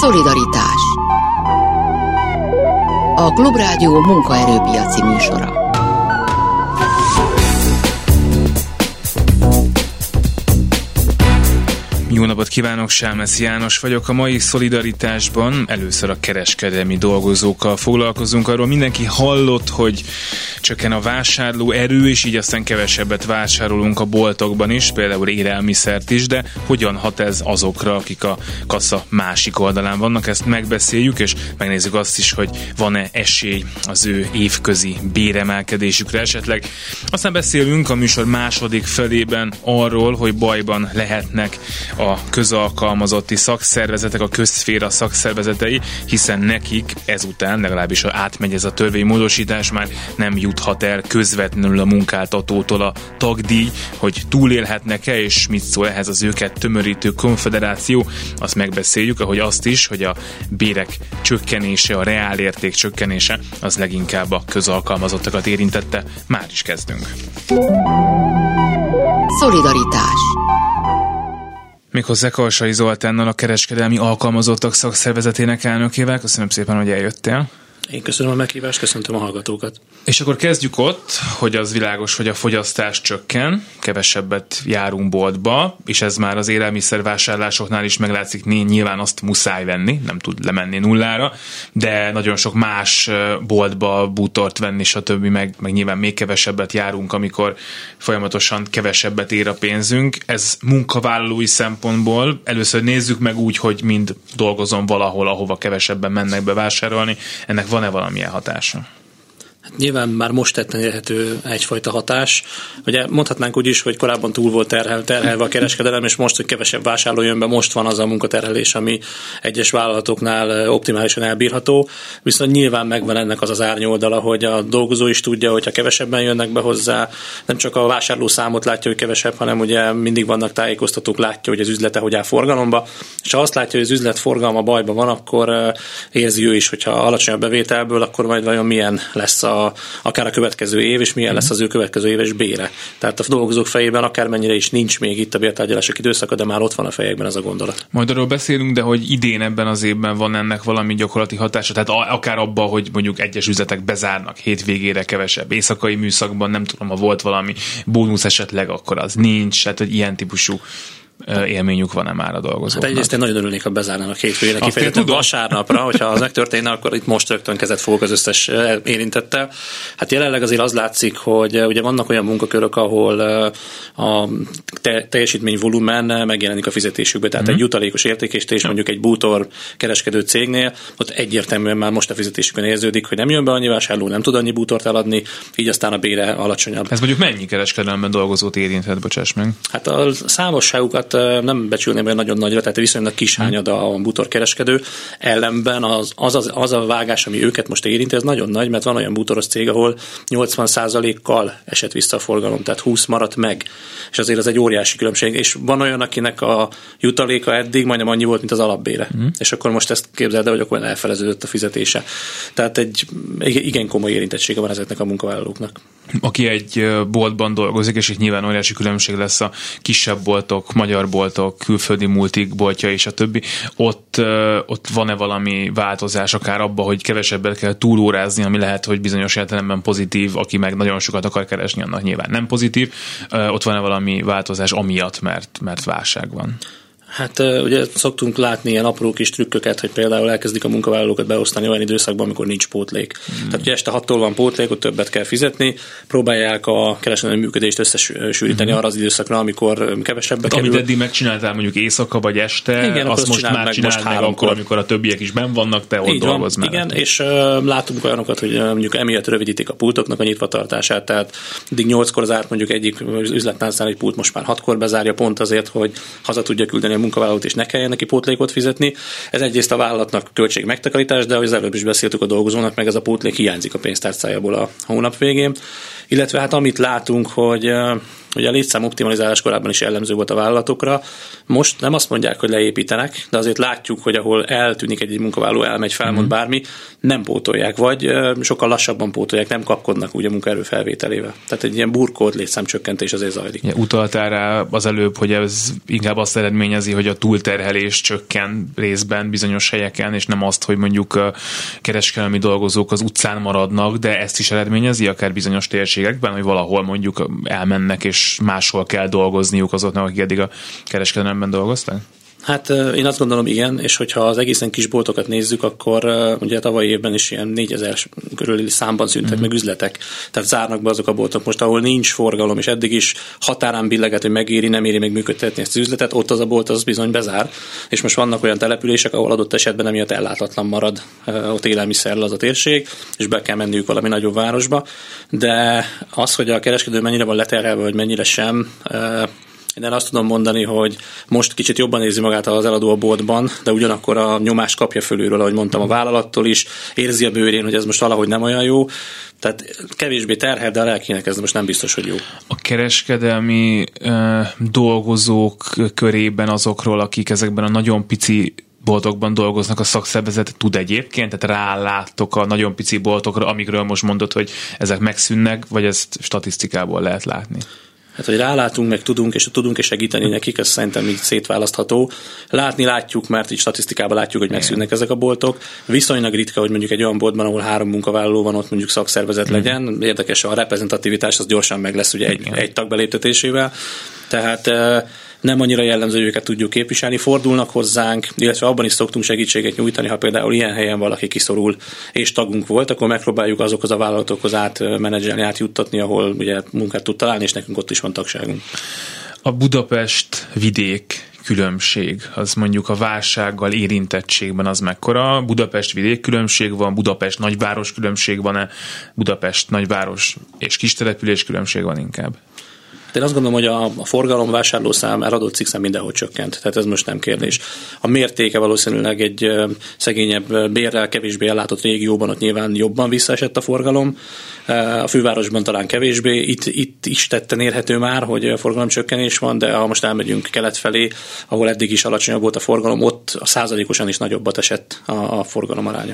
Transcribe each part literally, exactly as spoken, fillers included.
Szolidaritás. A Klubrádió munkaerőpiaci műsora. Jó napot kívánok, Sámesz János vagyok. A mai Szolidaritásban először a kereskedelmi dolgozókkal foglalkozunk. Arról mindenki hallott, hogy csökken a vásárló erő, és így aztán kevesebbet vásárolunk a boltokban is, például élelmiszert is, de hogyan hat ez azokra, akik a kassa másik oldalán vannak? Ezt megbeszéljük, és megnézzük azt is, hogy van-e esély az ő évközi béremelkedésükre esetleg. Aztán beszélünk a műsor második felében arról, hogy bajban lehetnek a közalkalmazotti szakszervezetek, a közszféra szakszervezetei, hiszen nekik ezután, legalábbis ha átmegy ez a törvénymódosítás, már nem juthat el közvetlenül a munkáltatótól a tagdíj, hogy túlélhetnek-e, és mit szól ehhez az őket tömörítő konfederáció. Azt megbeszéljük, ahogy azt is, hogy a bérek csökkenése, a reálérték csökkenése, az leginkább a közalkalmazottakat érintette. Már is kezdünk. Szolidaritás. Méghozzá Karsai Zoltánnal, a kereskedelmi alkalmazottak szakszervezetének elnökével. Köszönöm szépen, hogy eljöttél. Én köszönöm a meghívást, köszöntöm a hallgatókat. És akkor kezdjük ott, hogy az világos, hogy a fogyasztás csökken, kevesebbet járunk boltba, és ez már az élelmiszervásárlásoknál is meglátszik, nyilván azt muszáj venni, nem tud lemenni nullára, de nagyon sok más boltba bútort venni, stb. Meg, meg nyilván még kevesebbet járunk, amikor folyamatosan kevesebbet ér a pénzünk. Ez munkavállalói szempontból, először nézzük meg úgy, hogy mind dolgozom valahol, ahova kevesebben mennek be vásárolni, ennek van-e valamilyen hatása? Hát nyilván már most tetten érhető egyfajta hatás. Ugye mondhatnánk úgy is, hogy korábban túl volt terhel, terhelve a kereskedelem, és most, hogy kevesebb vásárló jön be, most van az a munkaterhelés, ami egyes vállalatoknál optimálisan elbírható. Viszont nyilván megvan ennek az az árnyoldala, hogy a dolgozó is tudja, hogyha kevesebben jönnek be hozzá, nem csak a vásárló számot látja, hogy kevesebb, hanem ugye mindig vannak tájékoztatók, látja, hogy az üzlete hogy áll forgalomba, és ha azt látja, hogy az üzlet forgalma bajban van, akkor érzi ő is, hogyha alacsonyabb bevételből, akkor majd vajon milyen lesz a A, akár a következő év, és milyen lesz az ő következő éves bére. Tehát a dolgozók fejében akármennyire is nincs még itt a bértárgyalások időszaka, de már ott van a fejekben ez a gondolat. Majd arról beszélünk, de hogy idén ebben az évben van ennek valami gyakorlati hatása, tehát akár abban, hogy mondjuk egyes üzletek bezárnak hétvégére kevesebb éjszakai műszakban, nem tudom, ha volt valami bónusz esetleg, akkor az nincs, tehát hogy ilyen típusú élményük van-e már a dolgozóknak? Hát egyrészt én nagyon örülnék, ha bezárnának hétvégére, kifejezetten vasárnapra, hogyha az megtörténne, akkor itt most rögtön kezet fogok az összes érintettel. Hát jelenleg azért az látszik, hogy ugye vannak olyan munkakörök, ahol a te- teljesítmény volumen megjelenik a fizetésükbe, tehát mm. egy jutalékos értékesítés, mondjuk egy bútor kereskedő cégnél, ott egyértelműen már most a fizetésükön érződik, hogy nem jön be annyi vásárló, nem tud annyi bútort eladni, így aztán a bére alacsonyabb. Ez mondjuk mennyi kereskedelemben dolgozót érinthet, bocsáss meg? Hát a számosságukat nem becsülném olyan nagyon nagyra, tehát viszonylag kis hányada a bútorkereskedő. Ellenben az, az, az, az a vágás, ami őket most érinti, ez nagyon nagy, mert van olyan bútoros cég, ahol nyolcvan százalékkal esett vissza a forgalom, tehát húsz maradt meg. És azért ez egy óriási különbség. És van olyan, akinek a jutaléka eddig majdnem annyi volt, mint az alapbére. Mm. És akkor most ezt képzeld el, hogy akkor elfeleződött a fizetése. Tehát egy igen komoly érintettsége van ezeknek a munkavállalóknak. Aki egy boltban dolgozik, és itt nyilván óriási különbség lesz a kisebb boltok, magyar boltok, külföldi multik boltja és a többi, ott, ott van-e valami változás akár abba, hogy kevesebbet kell túlórázni, ami lehet, hogy bizonyos értelemben pozitív, aki meg nagyon sokat akar keresni, annak nyilván nem pozitív. Ott van-e valami változás amiatt, mert, mert válság van? Hát ugye szoktunk látni ilyen apró kis trükköket, hogy például elkezdik a munkavállalókat beosztani olyan időszakban, amikor nincs pótlék. Hmm. Tehát ugye este hattól van pótlék, ott többet kell fizetni, próbálják a kereskedelmi működést összesűríteni hmm. arra az időszakra, amikor kevesebbet kerül. Amit eddig megcsináltál mondjuk éjszaka vagy este, igen, azt most már csináld meg, meg akkor, amikor a többiek is benn vannak, te ott dolgozz már. Igen, és uh, látunk olyanokat, hogy uh, mondjuk emiatt rövidítik a pultoknak a nyitvatartását, tehát eddig nyolckor zárt mondjuk egyik üzletláncnál egy pult, most már hatkor bezárja, pont azért, hogy haza tudja küldeni a munkavállalót, és ne kelljen neki pótlékot fizetni. Ez egyrészt a vállalatnak költség megtakarítás, de ahogy az előbb is beszéltük, a dolgozónak meg ez a pótlék hiányzik a pénztárcájából a hónap végén. illetve hát amit látunk, hogy ugye a létszám optimalizálás korábban is jellemző volt a vállalatokra. Most nem azt mondják, hogy leépítenek, de azért látjuk, hogy ahol eltűnik egy munkavállaló, elmegy, felmond mm. bármi, nem pótolják, vagy sokkal lassabban pótolják, nem kapkodnak úgy a munkaerő felvételével. Tehát egy ilyen burkolt létszámcsökkentés azért zajlik. Ja, utaltál rá az előbb, hogy ez inkább azt eredményezi, hogy a túlterhelés csökken részben bizonyos helyeken, és nem azt, hogy mondjuk kereskedelmi dolgozók az utcán maradnak, de ezt is eredményezi akár bizonyos térségekben, hogy valahol mondjuk elmennek, és máshol kell dolgozniuk azoknak, akik eddig a kereskedelemben dolgoztak? Hát én azt gondolom, igen, és hogyha az egészen kis boltokat nézzük, akkor ugye tavalyi évben is ilyen négyezer körüli számban szűntek mm-hmm. meg üzletek, tehát zárnak be azok a boltok most, ahol nincs forgalom, és eddig is határán billeget, hogy megéri, nem éri meg működtetni ezt az üzletet, ott az a bolt az bizony bezár, és most vannak olyan települések, ahol adott esetben emiatt ellátatlan marad ott élelmiszerrel az a térség, és be kell menniük valami nagyobb városba, de az, hogy a kereskedő mennyire van leterhelve, vagy mennyire sem, én azt tudom mondani, hogy most kicsit jobban érzi magát az eladó a boltban, de ugyanakkor a nyomást kapja fölülről, ahogy mondtam, a vállalattól is, érzi a bőrén, hogy ez most valahogy nem olyan jó, tehát kevésbé terhel, de a lelkének ez most nem biztos, hogy jó. A kereskedelmi uh, dolgozók körében azokról, akik ezekben a nagyon pici boltokban dolgoznak, a szakszervezet tud egyébként, tehát ráláttok a nagyon pici boltokra, amikről most mondod, hogy ezek megszűnnek, vagy ezt statisztikából lehet látni? Hát, hogy rálátunk, meg tudunk, és tudunk és segíteni nekik, ez szerintem így szétválasztható. Látni látjuk, mert így statisztikában látjuk, hogy megszűnnek ezek a boltok. Viszonylag ritka, hogy mondjuk egy olyan boltban, ahol három munkavállaló van, ott mondjuk szakszervezet legyen. Érdekes, a reprezentativitás az gyorsan meg lesz ugye egy, egy tag beléptetésével. Tehát nem annyira jellemző, hogy őket tudjuk képviselni, fordulnak hozzánk, illetve abban is szoktunk segítséget nyújtani, ha például ilyen helyen valaki kiszorul és tagunk volt, akkor megpróbáljuk azokhoz a vállalatokhoz átmenedzselni, átjuttatni, ahol ugye munkát tud találni, és nekünk ott is van tagságunk. A Budapest vidék különbség, az mondjuk a válsággal érintettségben az mekkora? Budapest vidék különbség van, Budapest nagyváros különbség van-e, Budapest nagyváros és kistelepülés különbség van inkább? Én azt gondolom, hogy a, a forgalom, vásárlószám, eladott cikkszám mindenhogy csökkent, tehát ez most nem kérdés. A mértéke valószínűleg egy uh, szegényebb, bérrel kevésbé ellátott régióban ott nyilván jobban visszaesett a forgalom, uh, a fővárosban talán kevésbé, itt, itt is tetten érhető már, hogy forgalomcsökkenés van, de ha most elmegyünk kelet felé, ahol eddig is alacsonyabb volt a forgalom, ott a százalékosan is nagyobbat esett a, a forgalom aránya.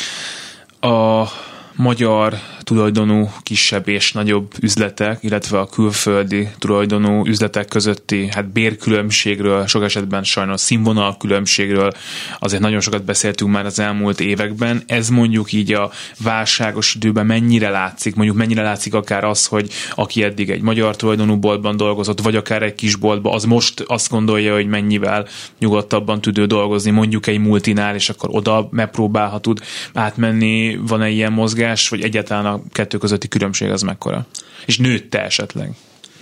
A magyar tulajdonú kisebb és nagyobb üzletek, illetve a külföldi tulajdonú üzletek közötti hát bérkülönbségről, sok esetben sajnos színvonalkülönbségről azért nagyon sokat beszéltünk már az elmúlt években. Ez mondjuk így a válságos időben mennyire látszik, mondjuk mennyire látszik akár az, hogy aki eddig egy magyar tulajdonú boltban dolgozott, vagy akár egy kis boltban, az most azt gondolja, hogy mennyivel nyugodtabban tud ő dolgozni, mondjuk egy multinál, és akkor oda megpróbálha tud átmenni, van-e ilyen mozgás, vagy egyáltalán a kettő közötti különbség az mekkora? És nőtte esetleg?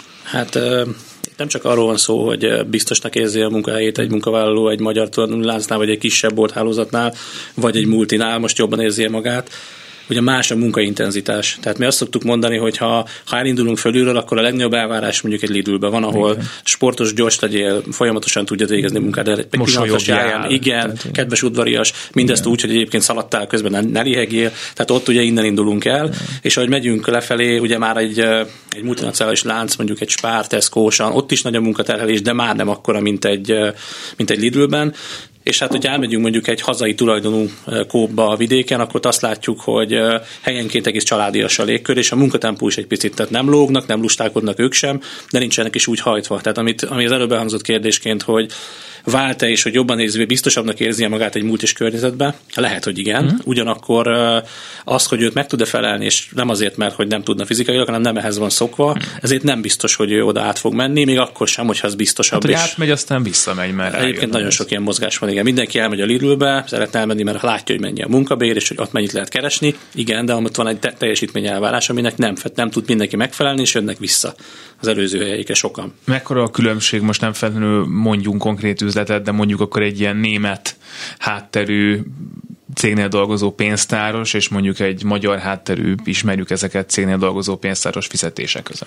Hát nem csak arról van szó, hogy biztosnak érzi a munkahelyét egy munkavállaló egy magyar tulajdonú láncnál, vagy egy kisebb bolthálózatnál, vagy egy multinál most jobban érzi magát. Ugye más a munkaintenzitás. Tehát mi azt szoktuk mondani, hogy ha, ha elindulunk fölülről, akkor a legnagyobb elvárás mondjuk egy Lidlben van, ahol igen. sportos, gyors legyél, folyamatosan tudjad végezni munkát, de egy pillanatos járján, igen, tehát, kedves udvarias, mindezt igen. úgy, hogy egyébként szaladtál közben, ne, ne lihegjél, tehát ott ugye innen indulunk el, igen. és ahogy megyünk lefelé, ugye már egy, egy multinacionális lánc, mondjuk egy Spár, Tesco-san, ott is nagy a munkaterhelés, de már nem akkora, mint egy, mint egy Lidlben. És hát, hogyha elmegyünk mondjuk egy hazai tulajdonú kópba a vidéken, akkor azt látjuk, hogy helyenként egész családias a légkör, és a munkatempó is egy picit, tehát nem lógnak, nem lustálkodnak ők sem, de nincsenek is úgy hajtva. Tehát amit, ami az előbb elhangzott kérdésként, hogy vált-e, és hogy jobban érzi, biztosabbnak érzi magát egy multis környezetben? Lehet, hogy igen. Mm. Ugyanakkor az, hogy őt meg tud-e felelni, és nem azért, mert hogy nem tudna fizikailag, hanem nem ehhez van szokva, mm. ezért nem biztos, hogy ő oda át fog menni, még akkor sem, hogyha az biztosabb. Hát, hogy átmegy, aztán visszamegy, mert egyébként nagyon sok ilyen mozgás van, igen. Mindenki elmegy a Lidlbe, szeretne elmenni, mert látja, hogy mennyi a munkabér, és hogy ott mennyit lehet keresni. Igen, de ott van egy teljesítményelvárás, aminek nem, nem tud mindenki megfelelni, és jönnek vissza az előző helyeikre sokan. Mekkora a különbség, most nem feltétlenül mondjunk konkrét üzletet, de mondjuk akkor egy ilyen német hátterű cégnél dolgozó pénztáros, és mondjuk egy magyar hátterű, ismerjük ezeket, cégnél dolgozó pénztáros fizetése között?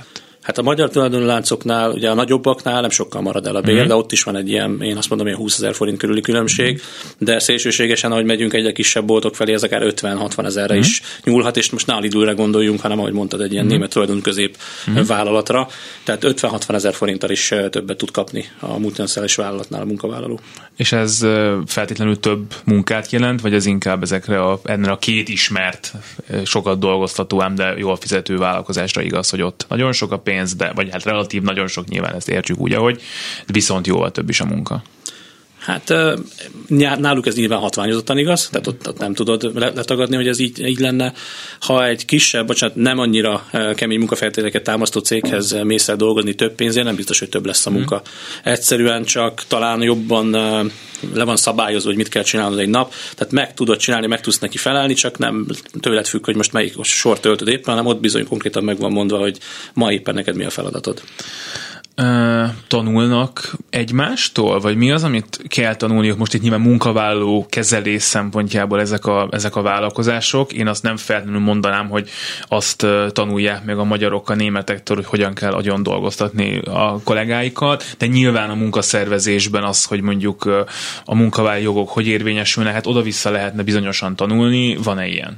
Hát a magyar tulajdonláncoknál, ugye a nagyobbaknál nem sokkal marad el a bér, mm. de ott is van egy ilyen, én azt mondom, ilyen húszezer forint körüli különbség, de szélsőségesen, ahogy megyünk egyre kisebb boltok felé, ez akár ötven-hatvan ezerre mm. is nyúlhat, és most ne a Lidlre gondoljunk, hanem ahogy mondtad, egy ilyen mm. német tulajdonközép mm. vállalatra, tehát ötven-hatvan ezer forinttal is többet tud kapni a multinacionális vállalatnál a munkavállaló. És ez feltétlenül több munkát jelent, vagy ez inkább ezekre a, ennél a két ismert, sokat dolgoztató, ám de jól fizető vállalkozásra igaz, hogy ott nagyon sok a pénz, de, vagy hát relatív nagyon sok, nyilván ezt értsük úgy, ahogy, viszont jóval több is a munka. Hát náluk ez nyilván hatványozottan igaz, tehát ott, ott nem tudod letagadni, hogy ez így, így lenne. Ha egy kisebb, bocsánat, nem annyira kemény munkafeltételeket támasztó céghez mész el dolgozni több pénzért, nem biztos, hogy több lesz a munka. Egyszerűen csak talán jobban le van szabályozva, hogy mit kell csinálnod egy nap, tehát meg tudod csinálni, meg tudsz neki felelni, csak nem tőled függ, hogy most melyik sor töltöd éppen, hanem ott bizony konkrétan meg van mondva, hogy ma éppen neked mi a feladatod. Tanulnak egymástól? Vagy mi az, amit kell tanulniuk most itt nyilván munkavállaló kezelés szempontjából ezek a, ezek a vállalkozások? Én azt nem feltétlenül mondanám, hogy azt tanulják meg a magyarok a németektől, hogy hogyan kell agyon dolgoztatni a kollégáikat, de nyilván a munkaszervezésben az, hogy mondjuk a munkavállalói jogok hogy érvényesülnek, hát oda-vissza lehetne bizonyosan tanulni. Van-e ilyen?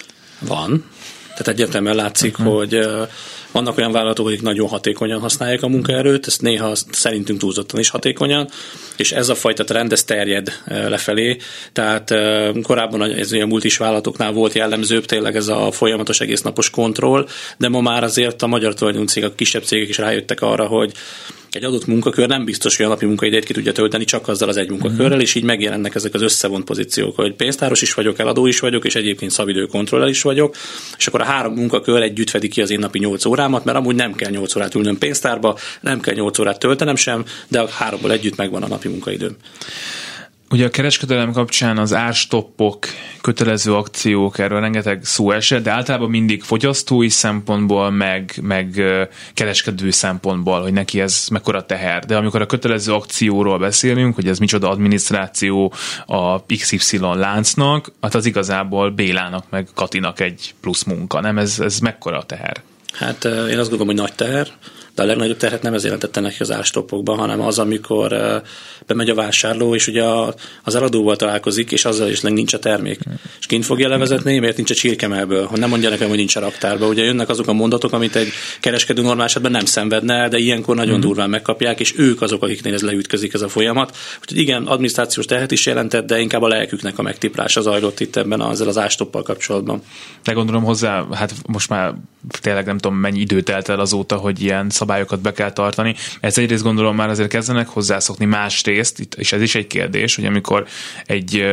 Van. Tehát egyértelműen látszik, uh-huh. hogy vannak olyan vállalatok, akik nagyon hatékonyan használják a munkaerőt, ezt néha szerintünk túlzottan is hatékonyan, és ez a fajta trend, ez terjed lefelé. Tehát korábban ez a multis vállalatoknál volt jellemzőbb tényleg ez a folyamatos egésznapos kontroll, de ma már azért a magyar tulajdoncégek, a kisebb cégek is rájöttek arra, hogy egy adott munkakör nem biztos, hogy a napi munkaidejét ki tudja tölteni csak azzal az egy munkakörrel, és így megjelennek ezek az összevont pozíciók, hogy pénztáros is vagyok, eladó is vagyok, és egyébként szabidőkontroller is vagyok, és akkor a három munkakör együtt fedi ki az én napi nyolc órámat, mert amúgy nem kell nyolc órát ülnöm pénztárba, nem kell nyolc órát töltenem sem, de a háromból együtt megvan a napi munkaidőm. Ugye a kereskedelem kapcsán az árstoppok, kötelező akciók, erről rengeteg szó esett, de általában mindig fogyasztói szempontból, meg, meg kereskedő szempontból, hogy neki ez mekkora teher. De amikor a kötelező akcióról beszélünk, hogy ez micsoda adminisztráció a iksz ipszilon láncnak, hát az igazából Bélának meg Katinak egy plusz munka, nem? Ez, ez mekkora teher? Hát én azt gondolom, hogy nagy teher, de a legnagyobb terhet nem ez jelentette neki az árstoppokban, hanem az, amikor uh, bemegy a vásárló, és ugye a, az eladóval találkozik, és azzal is nincs a termék. És kint fogja levezetni, miért nincs a csirkemelből, hogy nem mondja nekem, hogy nincs a raktárba. Ugye jönnek azok a mondatok, amit egy kereskedő normál esetben nem szenvedne el, de ilyenkor nagyon mm. durván megkapják, és ők azok, akiknél ez leütközik ez a folyamat. Úgyhogy igen, adminisztrációs terhet is jelentett, de inkább a lelküknek a megtiprása zajlott itt ebben ezzel az árstoppal kapcsolatban. De gondolom hozzá, hát most már tényleg nem tudom, mennyi időt telt el azóta, hogy ilyen szabályokat be kell tartani. Ez egyrészt gondolom már azért kezdenek hozzászokni, másrészt, és ez is egy kérdés, hogy amikor egy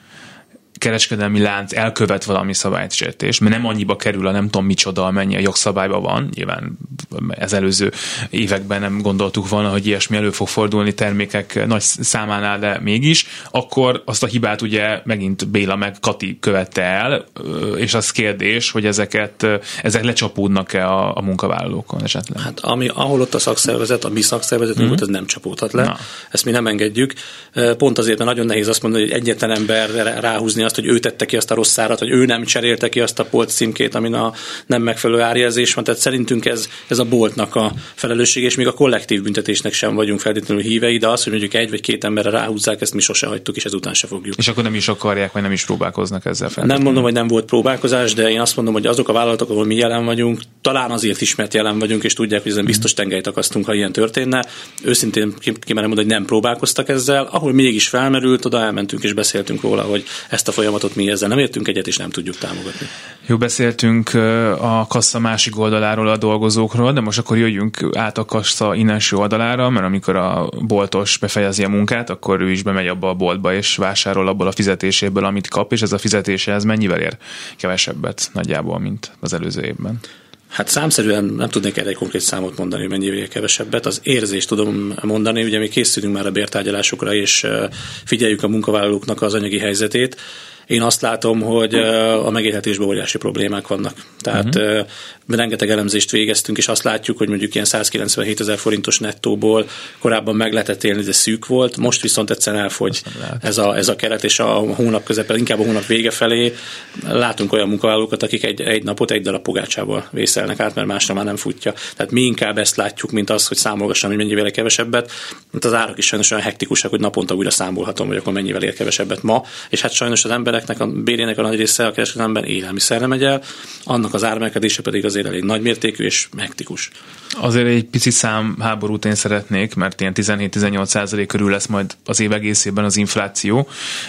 kereskedelmi lánc elkövet valami szabálysértést, mert nem annyiba kerül a nem tudom micsoda, mennyi a jogszabályban van, nyilván az előző években nem gondoltuk volna, hogy ilyesmi elő fog fordulni termékek nagy számánál, de mégis, akkor azt a hibát ugye megint Béla meg Kati követte el, és az kérdés, hogy ezeket, ezek lecsapódnak-e a, a munkavállalókon esetleg? Hát ami, ahol ott a szakszervezet, a mi szakszervezetünk, mm-hmm. ott ez nem csapódhat le. Na. Ezt mi nem engedjük. Pont azért, mert nagyon nehéz azt mondani, hogy egyetlen ember ráhúzni azt, hogy ő tette ki azt a rossz árat, hogy ő nem cserélte ki azt a polc címkét, amin a nem megfelelő árjelzés van. Tehát szerintünk ez, ez a boltnak a felelősség, és még a kollektív büntetésnek sem vagyunk feltétlenül hívei, de az, hogy mondjuk egy vagy két emberre ráhúzzák, ezt mi sose hagytuk, és ezután se fogjuk. És akkor nem is akarják, vagy nem is próbálkoznak ezzel fel. Nem mondom, hogy nem volt próbálkozás, de én azt mondom, hogy azok a vállalatok, ahol mi jelen vagyunk, talán azért is, mert jelen vagyunk, és tudják, hogy ezen biztos tengelyt akasztunk, ha ilyen történne. Őszintén kimerem mondani, hogy nem próbálkoztak ezzel. Ahol mégis felmerült, oda elmentünk és beszéltünk róla, hogy ezt a folyamatot mi ezzel nem értünk egyet, és nem tudjuk támogatni. Jó, beszéltünk a kassa másik oldaláról, a dolgozókról, de most akkor jöjjünk át a kassa innenső oldalára, mert amikor a boltos befejezi a munkát, akkor ő is bemegy abba a boltba, és vásárol abból a fizetéséből, amit kap, és ez a fizetése ez mennyivel ér? Kevesebbet nagyjából, mint az előző évben. Hát számszerűen nem tudnék erre egy konkrét számot mondani, hogy mennyivel kevesebbet. Az érzést tudom mondani, ugye mi készülünk már a bértárgyalásokra, és figyeljük a munkavállalóknak az anyagi helyzetét. Én azt látom, hogy a megélhetésben óriási problémák vannak. Tehát uh-huh. rengeteg elemzést végeztünk, és azt látjuk, hogy mondjuk ilyen százkilencvenhét ezer forintos nettóból korábban meg lehetett élni, de szűk volt, most viszont egyszerűen elfogy ez a, ez a keret, és a hónap közepén, inkább a hónap vége felé látunk olyan munkavállalókat, akik egy, egy napot egy darab pogácsával vészelnek át, mert másra már nem futja. Tehát mi inkább ezt látjuk, mint az, hogy számolgassam, hogy mennyivel kevesebbet, mint az árak is sajnos olyan hektikusak, hogy naponta újra számolhatom, hogy akkor mennyivel ér kevesebbet ma, és hát sajnos az embereknek a bérének a nagy része a kereskedelemben élelmiszerre megy el, annak az ármelkedése pedig azért elég nagymértékű és hektikus. Azért egy pici számháborút én szeretnék, mert ilyen tizenhét-tizennyolc százalék körül lesz majd az év egészében az infláció,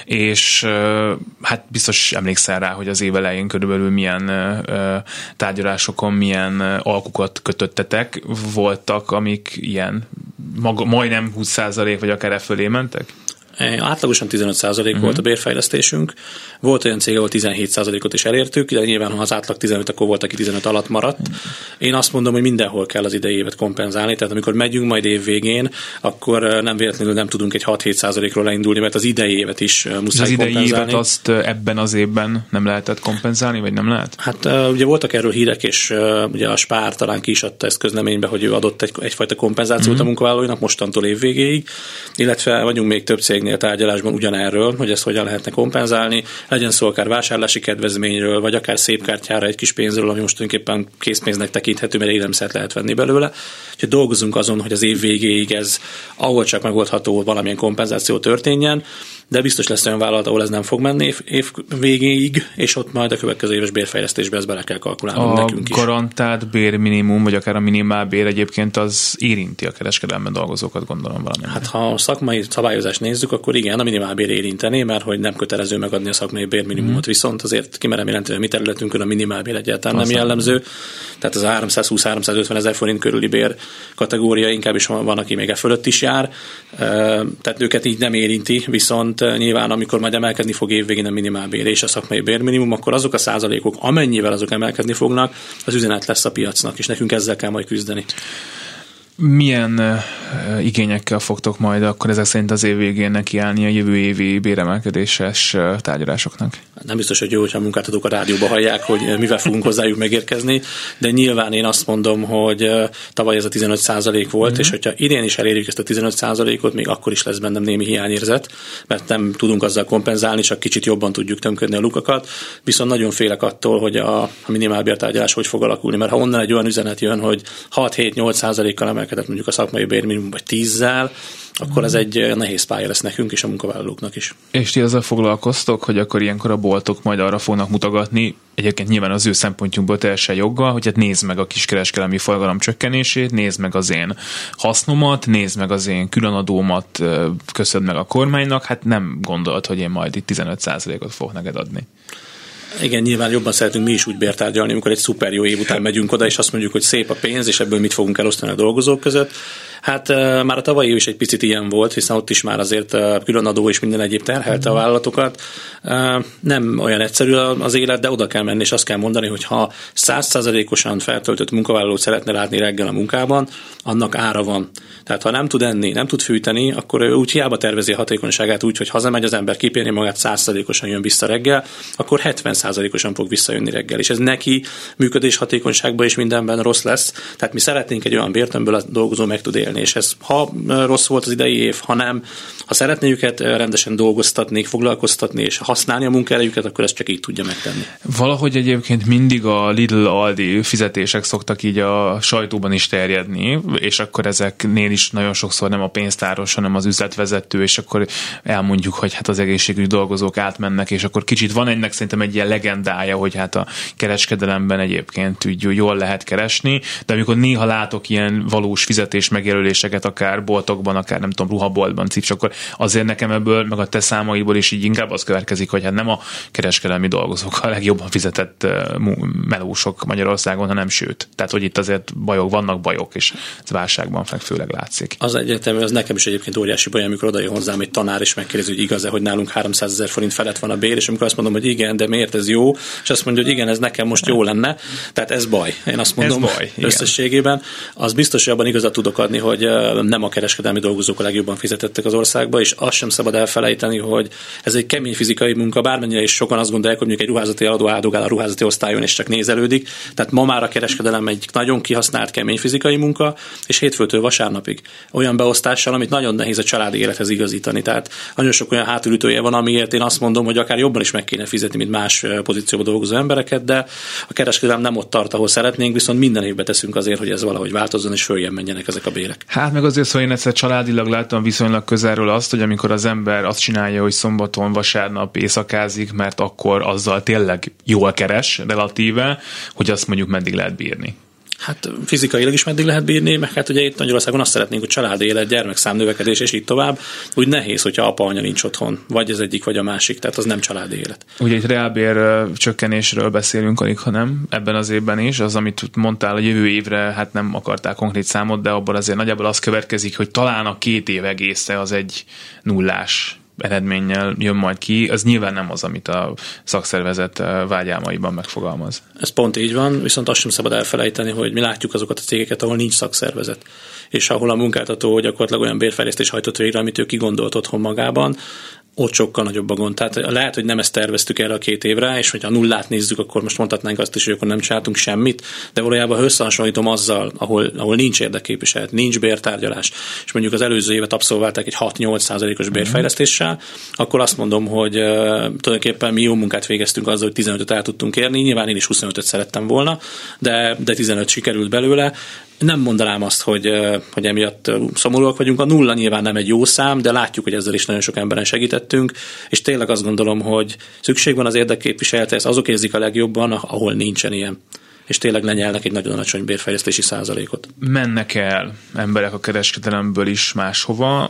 és hát biztos emlékszel rá, hogy az év elején körülbelül milyen tárgyalásokon, milyen alkukat kötöttetek, voltak, amik ilyen maga, majdnem húsz százalék vagy akár e fölé mentek? Átlagosan tizenöt százalék uh-huh. volt a bérfejlesztésünk. Volt olyan cég, ahol tizenhét százalékot is elértük, de nyilván, ha az átlag tizenöt, akkor volt, aki tizenöt alatt maradt. Uh-huh. Én azt mondom, hogy mindenhol kell az idei évet kompenzálni, tehát amikor megyünk majd év végén, akkor nem véletlenül nem tudunk egy hat-hét százalékról leindulni, mert az idei évet is muszáj az idei kompenzálni. évet azt ebben az évben nem lehetett kompenzálni, vagy nem lehet? Hát ugye voltak erről hírek, és ugye a Spár talán ki is adta ezt közleménybe, hogy ő adott egy, egyfajta kompenzációt uh-huh. a munkavállalóinak mostantól év végéig, illetve vagyunk még több cégnél tárgyalásban ugyanerről, hogy ezt hogyan lehetne kompenzálni, legyen szó akár vásárlási kedvezményről, vagy akár szépkártyára egy kis pénzről, ami most tulajdonképpen készpénznek tekinthető, mert élelmiszert lehet venni belőle. Úgyhogy dolgozunk azon, hogy az év végéig ez, ahol csak megoldható, valamilyen kompenzáció történjen, de biztos lesz olyan vállalat, ahol ez nem fog menni év, év végéig, és ott majd a következő éves bérfejlesztésbe ezt bele kell kalkulálnunk nekünk is. A garantált bérminimum, vagy akár a minimálbér egyébként az érinti a kereskedelemben dolgozókat, gondolom valamennyire. Hát ha a szakmai szabályozást nézzük, akkor igen, a minimálbér érinteni, mert hogy nem kötelező megadni a szakmai bérminimumot, mm. viszont azért kimerem jelenteni, hogy mi területünkön a minimálbér egyáltalán nem jellemző. Tehát az a háromszázhúsz-háromszázötven ezer forint körüli bér kategória inkább is van, aki még e fölött is jár. Tehát őket így nem érinti, viszont nyilván amikor majd emelkedni fog évvégén a minimálbér és a szakmai bérminimum, akkor azok a százalékok, amennyivel azok emelkedni fognak, az üzenet lesz a piacnak, és nekünk ezzel kell majd küzdeni. Milyen uh, igényekkel fogtok majd akkor ezek szerint az év végén nekiállni a jövő évi béremelkedéses uh, tárgyalásoknak? Nem biztos, hogy jó, hogyha a munkáltatók a rádióba hallják, hogy mivel fogunk hozzájuk megérkezni, de nyilván én azt mondom, hogy uh, tavaly ez a tizenöt százalék volt, mm-hmm. és hogyha idén is elérjük ezt a tizenöt százalékot, még akkor is lesz bennem némi hiányérzet, mert nem tudunk azzal kompenzálni, csak kicsit jobban tudjuk tömködni a lukakat, viszont nagyon félek attól, hogy a, a minimálbértárgyalás hogy fog alakulni, mert ha onnan egy olyan üzenet jön, hogy hat-hét-nyolc százalékkal emelkedett mondjuk a szakmai bérminimum vagy tízzel, akkor ez egy nehéz pálya lesz nekünk és a munkavállalóknak is. És ti azzal foglalkoztok, hogy akkor ilyenkor a boltok majd arra fognak mutogatni, egyébként nyilván az ő szempontjunkból teljesen joggal, hogy hát nézd meg a kiskereskedelmi forgalom csökkenését, nézd meg az én hasznomat, nézd meg az én különadómat, köszönd meg a kormánynak, hát nem gondolt, hogy én majd itt tizenöt százalékot fog neked adni. Igen, nyilván jobban szeretünk mi is úgy bértárgyalni, amikor egy szuper jó év után megyünk oda, és azt mondjuk, hogy szép a pénz, és ebből mit fogunk elosztani a dolgozók között. Hát uh, már a tavalyi év is egy picit ilyen volt, hiszen ott is már azért uh, különadó és minden egyéb terhelte a vállalatokat. Uh, nem olyan egyszerű az élet, de oda kell menni, és azt kell mondani, hogy ha száz százalékosan feltöltött munkavállalót szeretne látni reggel a munkában, annak ára van. Tehát ha nem tud enni, nem tud fűteni, akkor ő úgy hiába tervezi a hatékonyságát úgy, hogy hazamegy az ember, kipérni magát, száz százalékosan jön vissza reggel, akkor hetven százalékosan fog visszajönni reggel. És ez neki működés hatékonyságban és mindenben rossz lesz. Tehát mi szeretnénk egy olyan bért, amiből a dolgozó meg tud élni. És ez ha rossz volt az idei év, ha nem, ha szeretné őket rendesen dolgoztatni, foglalkoztatni és használni a munkaerejüket, akkor ezt csak így tudja megtenni. Valahogy egyébként mindig a Lidl, Aldi fizetések szoktak így a sajtóban is terjedni, és akkor ezeknél is nagyon sokszor nem a pénztáros, hanem az üzletvezető, és akkor elmondjuk, hogy hát az egészségügyi dolgozók átmennek, és akkor kicsit van ennek szerintem egy ilyen legendája, hogy hát a kereskedelemben egyébként úgy jól lehet keresni, de amikor néha látok ilyen valós fizetés megjelöléseket, akár boltokban, akár nem tudom, ruhaboltban, cips, akkor azért nekem ebből, meg a te számaiból is így inkább az következik, hogy hát nem a kereskedelmi dolgozók a legjobban fizetett melósok Magyarországon, hanem sőt. Tehát, hogy itt azért bajok, vannak bajok, és ez válságban főleg látszik. Az egyetemű, az nekem is egyébként óriási baj, amikor oda jön hozzám egy tanár, és megkérdezi, hogy igaz-e, hogy nálunk háromszázezer forint felett van a bér, és amikor azt mondom, hogy igen, de miért ez jó, és azt mondja, hogy igen, ez nekem most jó lenne. Tehát ez baj. Én azt mondom, baj, összességében. Az biztos, hogy abban igazat tudok adni, hogy nem a kereskedelmi dolgozók a legjobban fizetettek az országban, Magyarországban, és azt sem szabad elfelejteni, hogy ez egy kemény fizikai munka, bármennyire is sokan azt gondolják, hogy mondjuk egy ruházati eladó áldogál a ruházati osztályon és csak nézelődik. Tehát ma már a kereskedelem egy nagyon kihasznált kemény fizikai munka, és hétfőtől vasárnapig olyan beosztással, amit nagyon nehéz a családi élethez igazítani. Tehát nagyon sok olyan hátulütője van, amiért én azt mondom, hogy akár jobban is meg kéne fizetni, mint más pozícióban dolgozó embereket, de a kereskedelem nem ott tart, ahol szeretnénk, viszont minden évben teszünk azért, hogy ez valahogy változzon, és följebb menjenek ezek a bérek. Hát meg azért, szóval én egyszer családilag láttam viszonylag közelről azt, hogy amikor az ember azt csinálja, hogy szombaton, vasárnap éjszakázik, mert akkor azzal tényleg jól keres relatíve, hogy azt mondjuk meddig lehet bírni. Hát fizikailag is meddig lehet bírni, meg hát ugye itt Magyarországon azt szeretnénk, hogy családi élet, gyermekszám növekedés, és így tovább. Úgy nehéz, hogyha apa, anya nincs otthon, vagy az egyik, vagy a másik, tehát az nem családi élet. Ugye egy reálbér csökkenésről beszélünk alig, hanem ebben az évben is, az, amit mondtál, a jövő évre, hát nem akartál konkrét számot, de abban azért nagyjából az következik, hogy talán a két év egésze az egy nullás eredménnyel jön majd ki, az nyilván nem az, amit a szakszervezet vágyálmaiban megfogalmaz. Ez pont így van, viszont azt sem szabad elfelejteni, hogy mi látjuk azokat a cégeket, ahol nincs szakszervezet, és ahol a munkáltató gyakorlatilag olyan bérfejlesztés hajtott végre, amit ő kigondolt otthon magában, ott sokkal nagyobb a gond. Tehát lehet, hogy nem ezt terveztük erre a két évre, és hogyha a nullát nézzük, akkor most mondhatnánk azt is, hogy akkor nem csináltunk semmit, de valójában, ha összehasonlítom azzal, ahol, ahol nincs érdekképviselet, nincs bértárgyalás, és mondjuk az előző évet abszolválták egy hat-nyolc százalékos bérfejlesztéssel, akkor azt mondom, hogy uh, tulajdonképpen mi jó munkát végeztünk azzal, hogy tizenötöt el tudtunk érni, nyilván én is huszonötöt szerettem volna, de, de tizenöt sikerült belőle. Nem mondanám azt, hogy, hogy emiatt szomorúak vagyunk. A nulla nyilván nem egy jó szám, de látjuk, hogy ezzel is nagyon sok emberen segítettünk, és tényleg azt gondolom, hogy szükség van az érdekképviseletre, ezt azok érzik a legjobban, ahol nincsen ilyen. És tényleg lenyelnek egy nagyon alacsony bérfejlesztési százalékot. Mennek el emberek a kereskedelemből is máshova,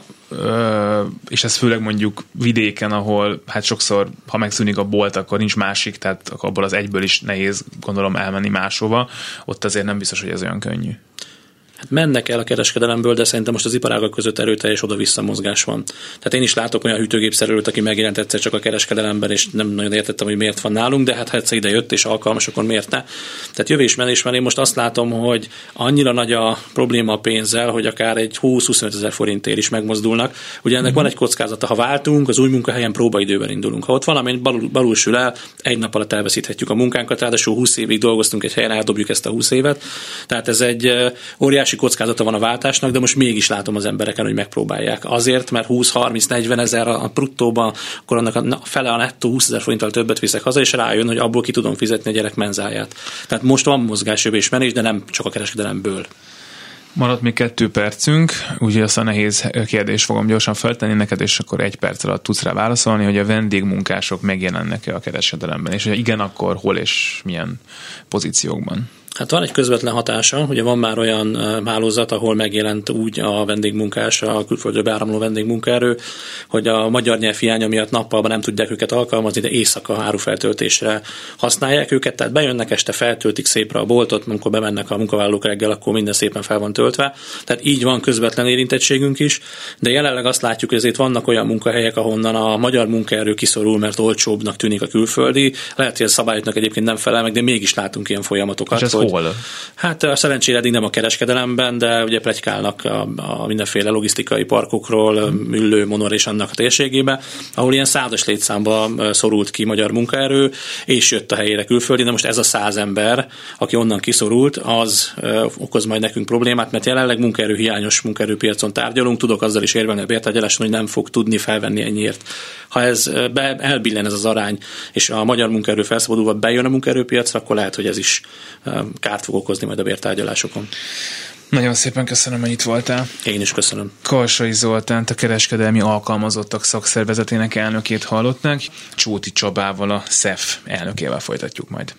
és ez főleg mondjuk vidéken, ahol hát sokszor, ha megszűnik a bolt, akkor nincs másik, tehát abból az egyből is nehéz, gondolom, elmenni máshova. Ott azért nem biztos, hogy ez olyan könnyű. Hát mennek el a kereskedelemből, de szerintem most az iparágak között erőteljes oda-vissza mozgás van. Tehát én is látok olyan hűtőgépszerelőt, aki megjelent egyszer csak a kereskedelemben, és nem nagyon értettem, hogy miért van nálunk, de hát ha egyszer ide jött és alkalmas, akkor miért ne? Tehát jövésmenés, mert én most azt látom, hogy annyira nagy a probléma a pénzzel, hogy akár egy húsz-huszonöt ezer forintért is megmozdulnak. Ugye ennek mm-hmm. van egy kockázata, ha váltunk, az új munkahelyen próbaidőben indulunk. Ha ott valami balul, balul sül el, egy nap alatt elveszíthetjük a munkánkat, ráadásul húsz évig dolgoztunk egy helyen, eldobjuk ezt a húsz évet. Tehát ez egy óriási kockázata van a váltásnak, de most mégis látom az embereken, hogy megpróbálják. Azért, mert húsz-harminc-negyven ezer a bruttóban, akkor annak a fele a nettó húszezer forinttal többet viszek haza, és rájön, hogy abból ki tudom fizetni a gyerek menzáját. Tehát most van mozgásjövésmenés, de nem csak a kereskedelemből. Maradt még kettő percünk, úgyhogy azt a nehéz kérdést fogom gyorsan feltenni neked, és akkor egy perc alatt tudsz rá válaszolni, hogy a vendégmunkások megjelennek-e a kereskedelemben, és hogy igen, akkor hol és milyen pozíciókban? Hát van egy közvetlen hatása, ugye van már olyan hálózat, ahol megjelent úgy a vendégmunkás, a külföldről beáramló vendégmunkaerő, hogy a magyar nyelv hiánya miatt nappalban nem tudják őket alkalmazni, de éjszaka árufeltöltésre használják őket, tehát bejönnek este, feltöltik szépre a boltot, amikor bemennek a munkavállalók reggel, akkor minden szépen fel van töltve. Tehát így van közvetlen érintettségünk is, de jelenleg azt látjuk, hogy ezért vannak olyan munkahelyek, ahonnan a magyar munkaerő kiszorul, mert olcsóbbnak tűnik a külföldi. Lehet, hogy a szabályoknak egyébként nem felel meg, de mégis látunk ilyen folyamatokat. Hol? Hát szerencsére eddig nem a kereskedelemben, de ugye pletykálnak a, a mindenféle logisztikai parkokról, Müllő, Monor és annak a térségébe, ahol ilyen százas létszámba szorult ki magyar munkaerő, és jött a helyére külföldi. De most ez a száz ember, aki onnan kiszorult, az okoz majd nekünk problémát, mert jelenleg munkaerő hiányos munkaerőpiacon tárgyalunk, tudok azzal is érvelni a bértárgyaláson, hogy nem fog tudni felvenni ennyiért. Ha ez be, elbillen ez az arány, és a magyar munkaerő felszabadulva bejön a munkaerőpiacra, akkor lehet, hogy ez is kárt fog okozni majd a bértárgyalásokon. Nagyon szépen köszönöm, hogy itt voltál. Én is köszönöm. Karsai Zoltánt, a Kereskedelmi Alkalmazottak Szakszervezetének elnökét hallották. Csóti Csabával, a es e ef elnökével folytatjuk majd.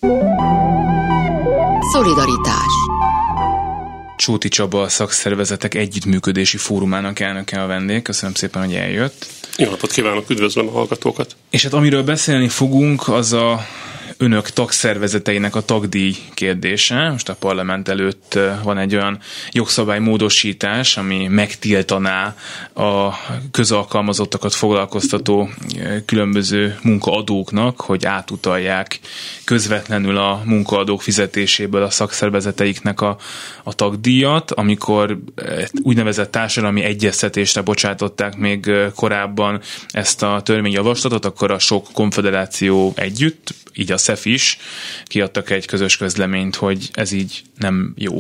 Szolidaritás. Csóti Csaba, a Szakszervezetek Együttműködési Fórumának elnöke a vendég. Köszönöm szépen, hogy eljött. Jó napot kívánok, üdvözlöm a hallgatókat. És hát amiről beszélni fogunk, az a önök tagszervezeteinek a tagdíj kérdése. Most a parlament előtt van egy olyan jogszabálymódosítás, ami megtiltaná a közalkalmazottakat foglalkoztató különböző munkaadóknak, hogy átutalják közvetlenül a munkaadók fizetéséből a szakszervezeteiknek a, a tagdíjat, amikor úgynevezett társadalmi egyeztetésre bocsátották még korábban ezt a törvényjavaslatot, akkor a sok konfederáció együtt, így a szef is kiadtak egy közös közleményt, hogy ez így nem jó.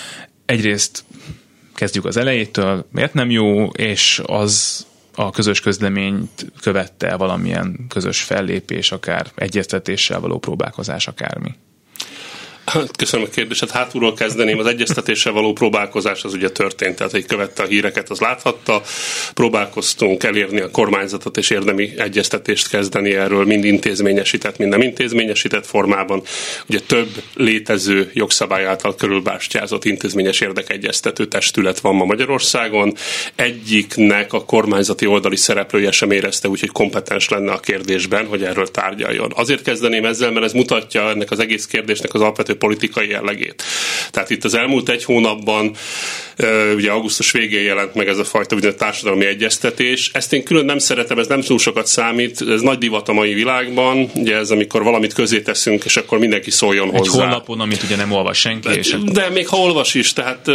Egyrészt kezdjük az elejétől, miért nem jó, és az a közös közleményt követte valamilyen közös fellépés, akár egyeztetéssel való próbálkozás, akármi. Köszönöm a kérdést. Hátulról kezdeném. Az egyeztetéssel való próbálkozás az ugye történt, tehát egy követte a híreket, az láthatta. Próbálkoztunk elérni a kormányzatot és érdemi egyeztetést kezdeni erről, mind intézményesített, mind nem intézményesített formában. Ugye több létező jogszabály által körülbástyázott intézményes érdekegyeztető testület van ma Magyarországon. Egyiknek a kormányzati oldali szereplője sem érezte úgy, hogy kompetens lenne a kérdésben, hogy erről tárgyaljon. Azért kezdeném ezzel, mert ez mutatja ennek az egész kérdésnek az alapvető politikai jellegét. Tehát itt az elmúlt egy hónapban, ugye augusztus végén jelent meg ez a fajta ugye, társadalmi egyeztetés. Ezt én külön nem szeretem, ez nem túl sokat számít, ez nagy divat a mai világban, ugye ez amikor valamit közé teszünk, és akkor mindenki szóljon egy hozzá. Egy honlapon, amit ugye nem olvas senki. De, és akkor... de még ha olvas is, tehát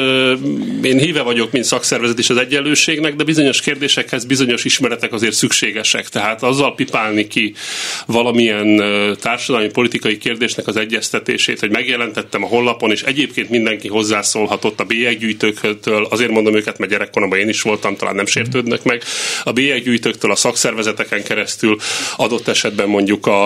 én híve vagyok, mint szakszervezet is az egyenlőségnek, de bizonyos kérdésekhez bizonyos ismeretek azért szükségesek. Tehát azzal pipálni ki valamilyen társadalmi politikai kérdésnek az egyeztetését, hogy megjelentettem a honlapon, és egyébként mindenki hozzászólhatott a bélyeggyűjtőktől, azért mondom őket, mert gyerekkoromban én is voltam, talán nem sértődnek meg, a bélyeggyűjtőktől, a szakszervezeteken keresztül, adott esetben mondjuk a,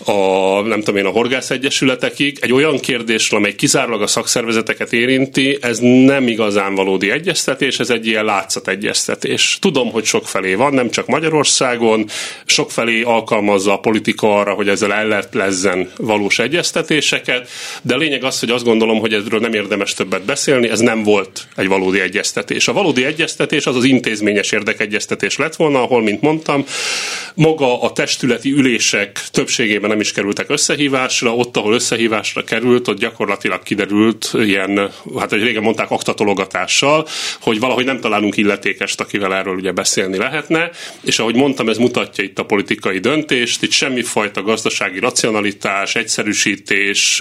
a nem tudom én, a horgászegyesületekig, egy olyan kérdésről, amely kizárólag a szakszervezeteket érinti, ez nem igazán valódi egyeztetés, ez egy ilyen látszategyeztetés. Tudom, hogy sokfelé van, nem csak Magyarországon, sokfelé alkalmazza a politika arra, hogy ezzel elletlezzen valós egyeztetéseket, de a lényeg az, hogy azt gondolom, hogy ezről nem érdemes többet beszélni, ez nem volt egy valódi egyeztetés. A valódi egyeztetés az az intézményes érdekegyeztetés lett volna, ahol, mint mondtam, maga a testületi ülések többségében nem is kerültek összehívásra, ott, ahol összehívásra került, ott gyakorlatilag kiderült ilyen, hát hogy régen mondták, aktatologatással, hogy valahogy nem találunk illetékest, akivel erről ugye beszélni lehetne, és ahogy mondtam, ez mutatja itt a politikai döntést, itt semmifajta gazdasági racionalitás, egyszerűsítés,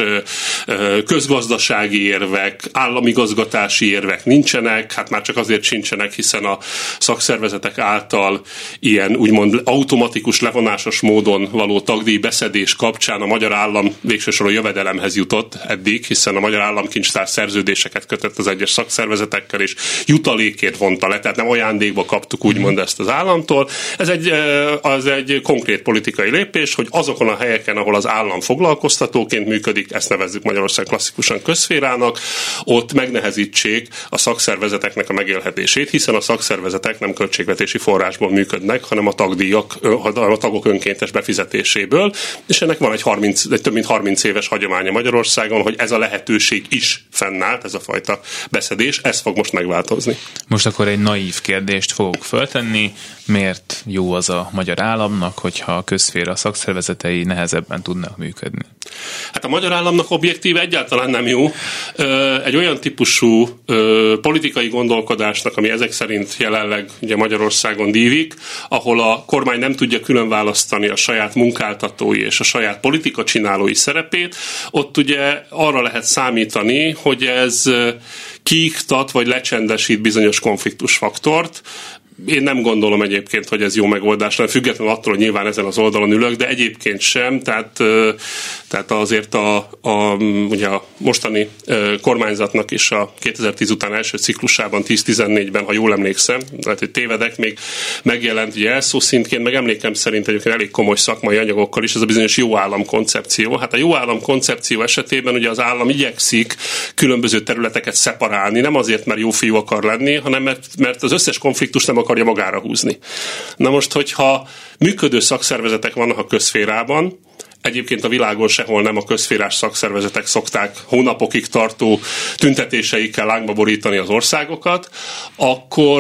közgazdasági érvek, államigazgatási érvek nincsenek, hát már csak azért sincsenek, hiszen a szakszervezetek által ilyen úgymond automatikus levonásos módon való tagdíjbeszedés kapcsán a magyar állam végső soron jövedelemhez jutott eddig, hiszen a magyar államkincstár szerződéseket kötött az egyes szakszervezetekkel, és jutalékért vonta le, tehát nem ajándékba kaptuk úgymond ezt az államtól. Ez egy, az egy konkrét politikai lépés, hogy azokon a helyeken, ahol az állam foglalkoztatóként működik, ezt nevezzük Magyarország klasszikusan közszférának, ott megnehezítsék a szakszervezeteknek a megélhetését, hiszen a szakszervezetek nem költségvetési forrásból működnek, hanem a tagdíjak, a tagok önkéntes befizetéséből, és ennek van egy, harminc, egy több mint harminc éves hagyománya Magyarországon, hogy ez a lehetőség is fennállt, ez a fajta beszedés, ez fog most megváltozni. Most akkor egy naív kérdést fogok föltenni, miért jó az a magyar államnak, hogyha a közszféra szakszervezetei nehezebben tudnak működni? Hát a magyar államnak objektíve egyáltalán nem jó. Egy olyan típusú politikai gondolkodásnak, ami ezek szerint jelenleg ugye Magyarországon dívik, ahol a kormány nem tudja külön választani a saját munkáltatói és a saját politika csinálói szerepét, ott ugye arra lehet számítani, hogy ez kiiktat vagy lecsendesít bizonyos konfliktusfaktort. Én nem gondolom egyébként, hogy ez jó megoldás, nem függetlenül attól, hogy nyilván ezen az oldalon ülök, de egyébként sem, tehát, tehát azért a, a, ugye a mostani kormányzatnak is a kétezer-tíz után első ciklusában, tíz-tizennégyben, ha jól emlékszem, lehet, hogy tévedek, még megjelent ugye elszószintként, meg emlékem szerint egyébként elég komoly szakmai anyagokkal is ez a bizonyos jó állam koncepció. Hát a jó állam koncepció esetében ugye az állam igyekszik különböző területeket szeparálni, nem azért, mert jó fiú akar lenni, hanem mert, mert az összes konfliktust nem akarja magára húzni. Na most, hogyha működő szakszervezetek vannak a közszférában, egyébként a világon sehol nem a közszférás szakszervezetek szokták hónapokig tartó tüntetéseikkel lángba borítani az országokat, akkor ott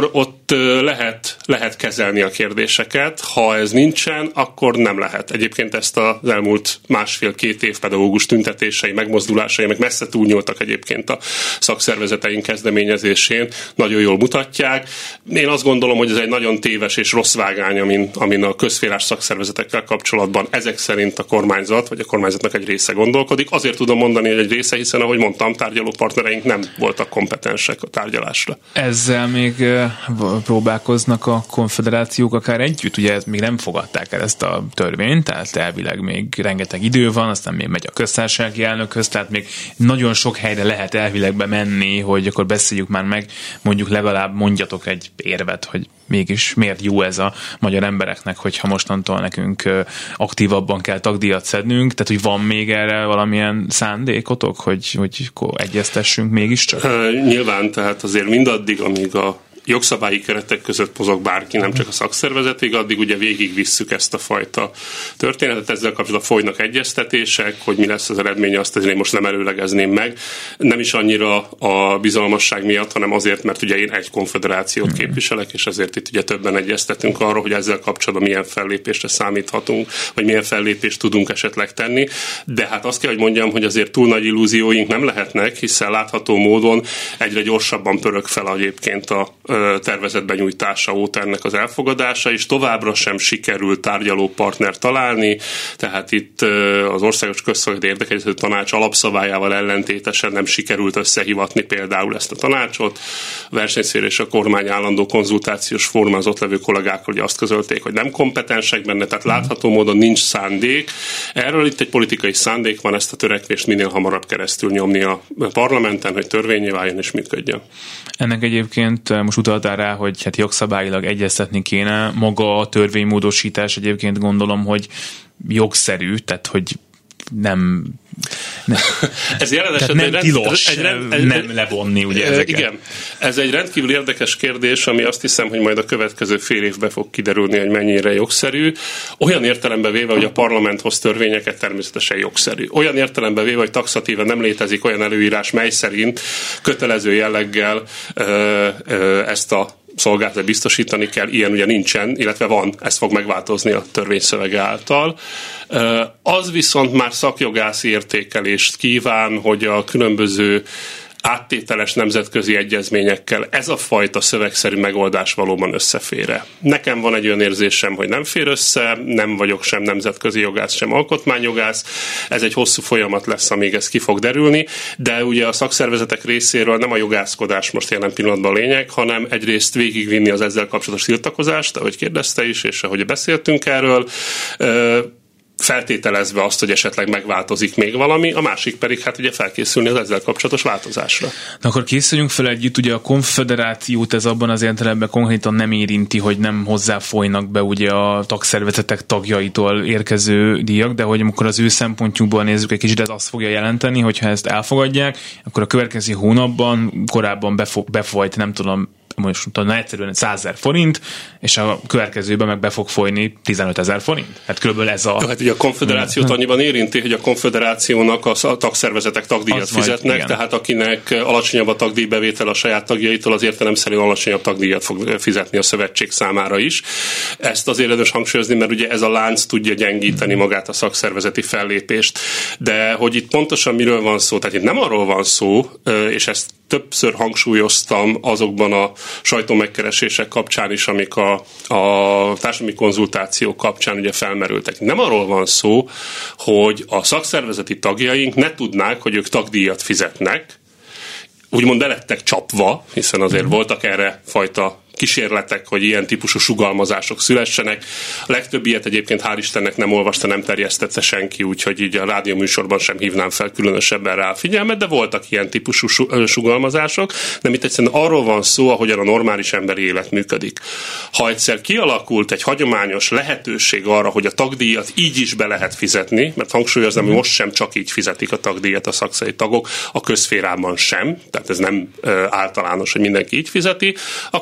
ott lehet, lehet kezelni a kérdéseket, ha ez nincsen, akkor nem lehet. Egyébként ezt az elmúlt másfél-két év pedagógus tüntetései, megmozdulásai, meg messze túlnyúltak egyébként a szakszervezeteink kezdeményezésén, nagyon jól mutatják. Én azt gondolom, hogy ez egy nagyon téves és rossz vágány, amin, amin a közszférás szakszervezetekkel kapcsolatban ezek szerint a kormányzat, vagy a kormányzatnak egy része gondolkodik. Azért tudom mondani, hogy egy része, hiszen ahogy mondtam, tárgyaló partnereink nem voltak kompetensek a tárgyalásra. Ezzel még próbálkoznak a konfederációk akár együtt, ugye még nem fogadták el ezt a törvényt, tehát elvileg még rengeteg idő van, aztán még megy a köztársasági elnökhöz, tehát még nagyon sok helyre lehet elvileg bemenni, hogy akkor beszéljük már meg, mondjuk legalább mondjatok egy érvet, hogy mégis miért jó ez a magyar embereknek, hogyha mostantól nekünk aktívabban kell tagdíjat szednünk, tehát hogy van még erre valamilyen szándékotok, hogy, hogy egyeztessünk mégiscsak? Nyilván, tehát azért mindaddig, amíg a jogszabályi keretek között mozog bárki, nem csak a szakszervezetig, addig ugye végigvisszük ezt a fajta történetet. Ezzel kapcsolatban folynak egyeztetések, hogy mi lesz az eredménye, azt azért én most nem előlegezném meg. Nem is annyira a bizalmasság miatt, hanem azért, mert ugye én egy konfederációt képviselek, és ezért itt ugye többen egyeztetünk arról, hogy ezzel kapcsolatban milyen fellépésre számíthatunk, vagy milyen fellépést tudunk esetleg tenni. De hát azt kell, hogy mondjam, hogy azért túl nagy illúzióink nem lehetnek, hiszen látható módon egyre gyorsabban pörög fel egyébként a tervezet benyújtása óta ennek az elfogadása, és továbbra sem sikerült tárgyaló partner találni, tehát itt az Országos Közszolgálati Érdekegyeztető Tanács alapszabályával ellentétesen nem sikerült összehivatni például ezt a tanácsot. A versenyszféra és a kormány állandó konzultációs fórumán az ott levő kollégákkal azt közölték, hogy nem kompetensek benne, tehát látható módon nincs szándék. Erről itt egy politikai szándék van, ezt a törekvést minél hamarabb keresztül nyomni a parlamenten, hogy törvényé váljon és működjön. Ennek egyébként most utaltál rá, hogy hát jogszabályilag egyeztetni kéne. Maga a törvénymódosítás egyébként gondolom, hogy jogszerű, tehát hogy nem, nem, ez jelen nem tilos egy, egy, egy, nem levonni ugye ezeket. Igen, ez egy rendkívül érdekes kérdés, ami azt hiszem, hogy majd a következő fél évben fog kiderülni, hogy mennyire jogszerű. Olyan értelemben véve, hogy a parlament hoz törvényeket, természetesen jogszerű. Olyan értelemben véve, hogy taxatíven nem létezik olyan előírás, mely szerint kötelező jelleggel ö, ö, ezt a szolgáltatást biztosítani kell, ilyen ugye nincsen, illetve van, ez fog megváltozni a törvényszövege által. Az viszont már szakjogászi értékelést kíván, hogy a különböző áttételes nemzetközi egyezményekkel ez a fajta szövegszerű megoldás valóban összefér-e. Nekem van egy olyan érzésem, hogy nem fér össze, nem vagyok sem nemzetközi jogász, sem alkotmányjogász. Ez egy hosszú folyamat lesz, amíg ez ki fog derülni, de ugye a szakszervezetek részéről nem a jogászkodás most jelen pillanatban a lényeg, hanem egyrészt végigvinni az ezzel kapcsolatos tiltakozást, ahogy kérdezte is, és ahogy beszéltünk erről, feltételezve azt, hogy esetleg megváltozik még valami, a másik pedig hát ugye felkészülni az ezzel kapcsolatos változásra. Na akkor készüljünk fel együtt, ugye a konfederációt ez abban az értelemben konkrétan nem érinti, hogy nem hozzáfolynak be ugye a tagszervezetek tagjaitól érkező díjak, de hogy amikor az ő szempontjukból nézzük egy kicsit, ez azt fogja jelenteni, hogyha ezt elfogadják, akkor a következő hónapban korábban befo- befolyt, nem tudom, most talán egyszerűen százezer forint, és a következőben meg be fog folyni tizenötezer forint. Hát körülbelül ez a... Hát ugye a konfederációt annyiban érinti, hogy a konfederációnak a tagszervezetek tagdíjat az fizetnek, majd, tehát akinek alacsonyabb a tagdíjbevétel a saját tagjaitól, az értelemszerűen alacsonyabb tagdíjat fog fizetni a szövetség számára is. Ezt azért érdemes hangsúlyozni, mert ugye ez a lánc tudja gyengíteni magát a szakszervezeti fellépést. De hogy itt pontosan miről van szó, tehát itt nem arról van szó, és ezt többször hangsúlyoztam azokban a sajtómegkeresések kapcsán is, amik a, a társadalmi konzultációk kapcsán ugye felmerültek. Nem arról van szó, hogy a szakszervezeti tagjaink ne tudnák, hogy ők tagdíjat fizetnek, úgymond belettek csapva, hiszen azért voltak erre fajta kísérletek, hogy ilyen típusú sugalmazások szülessenek. A legtöbb ilyet egyébként hál' Istennek nem olvasta, nem terjesztette senki, úgyhogy így a rádióműsorban sem hívnám fel különösebben rá a figyelmet, de voltak ilyen típusú sugalmazások, de itt egyszerűen arról van szó, ahogyan a normális emberi élet működik. Ha egyszer kialakult egy hagyományos lehetőség arra, hogy a tagdíjat így is be lehet fizetni, mert hangsúlyoznám, hogy most sem csak így fizetik a tagdíjat a szakszervezeti tagok, a közszférában sem, tehát ez nem általános, hogy mindenki így fizeti, akkor ez egy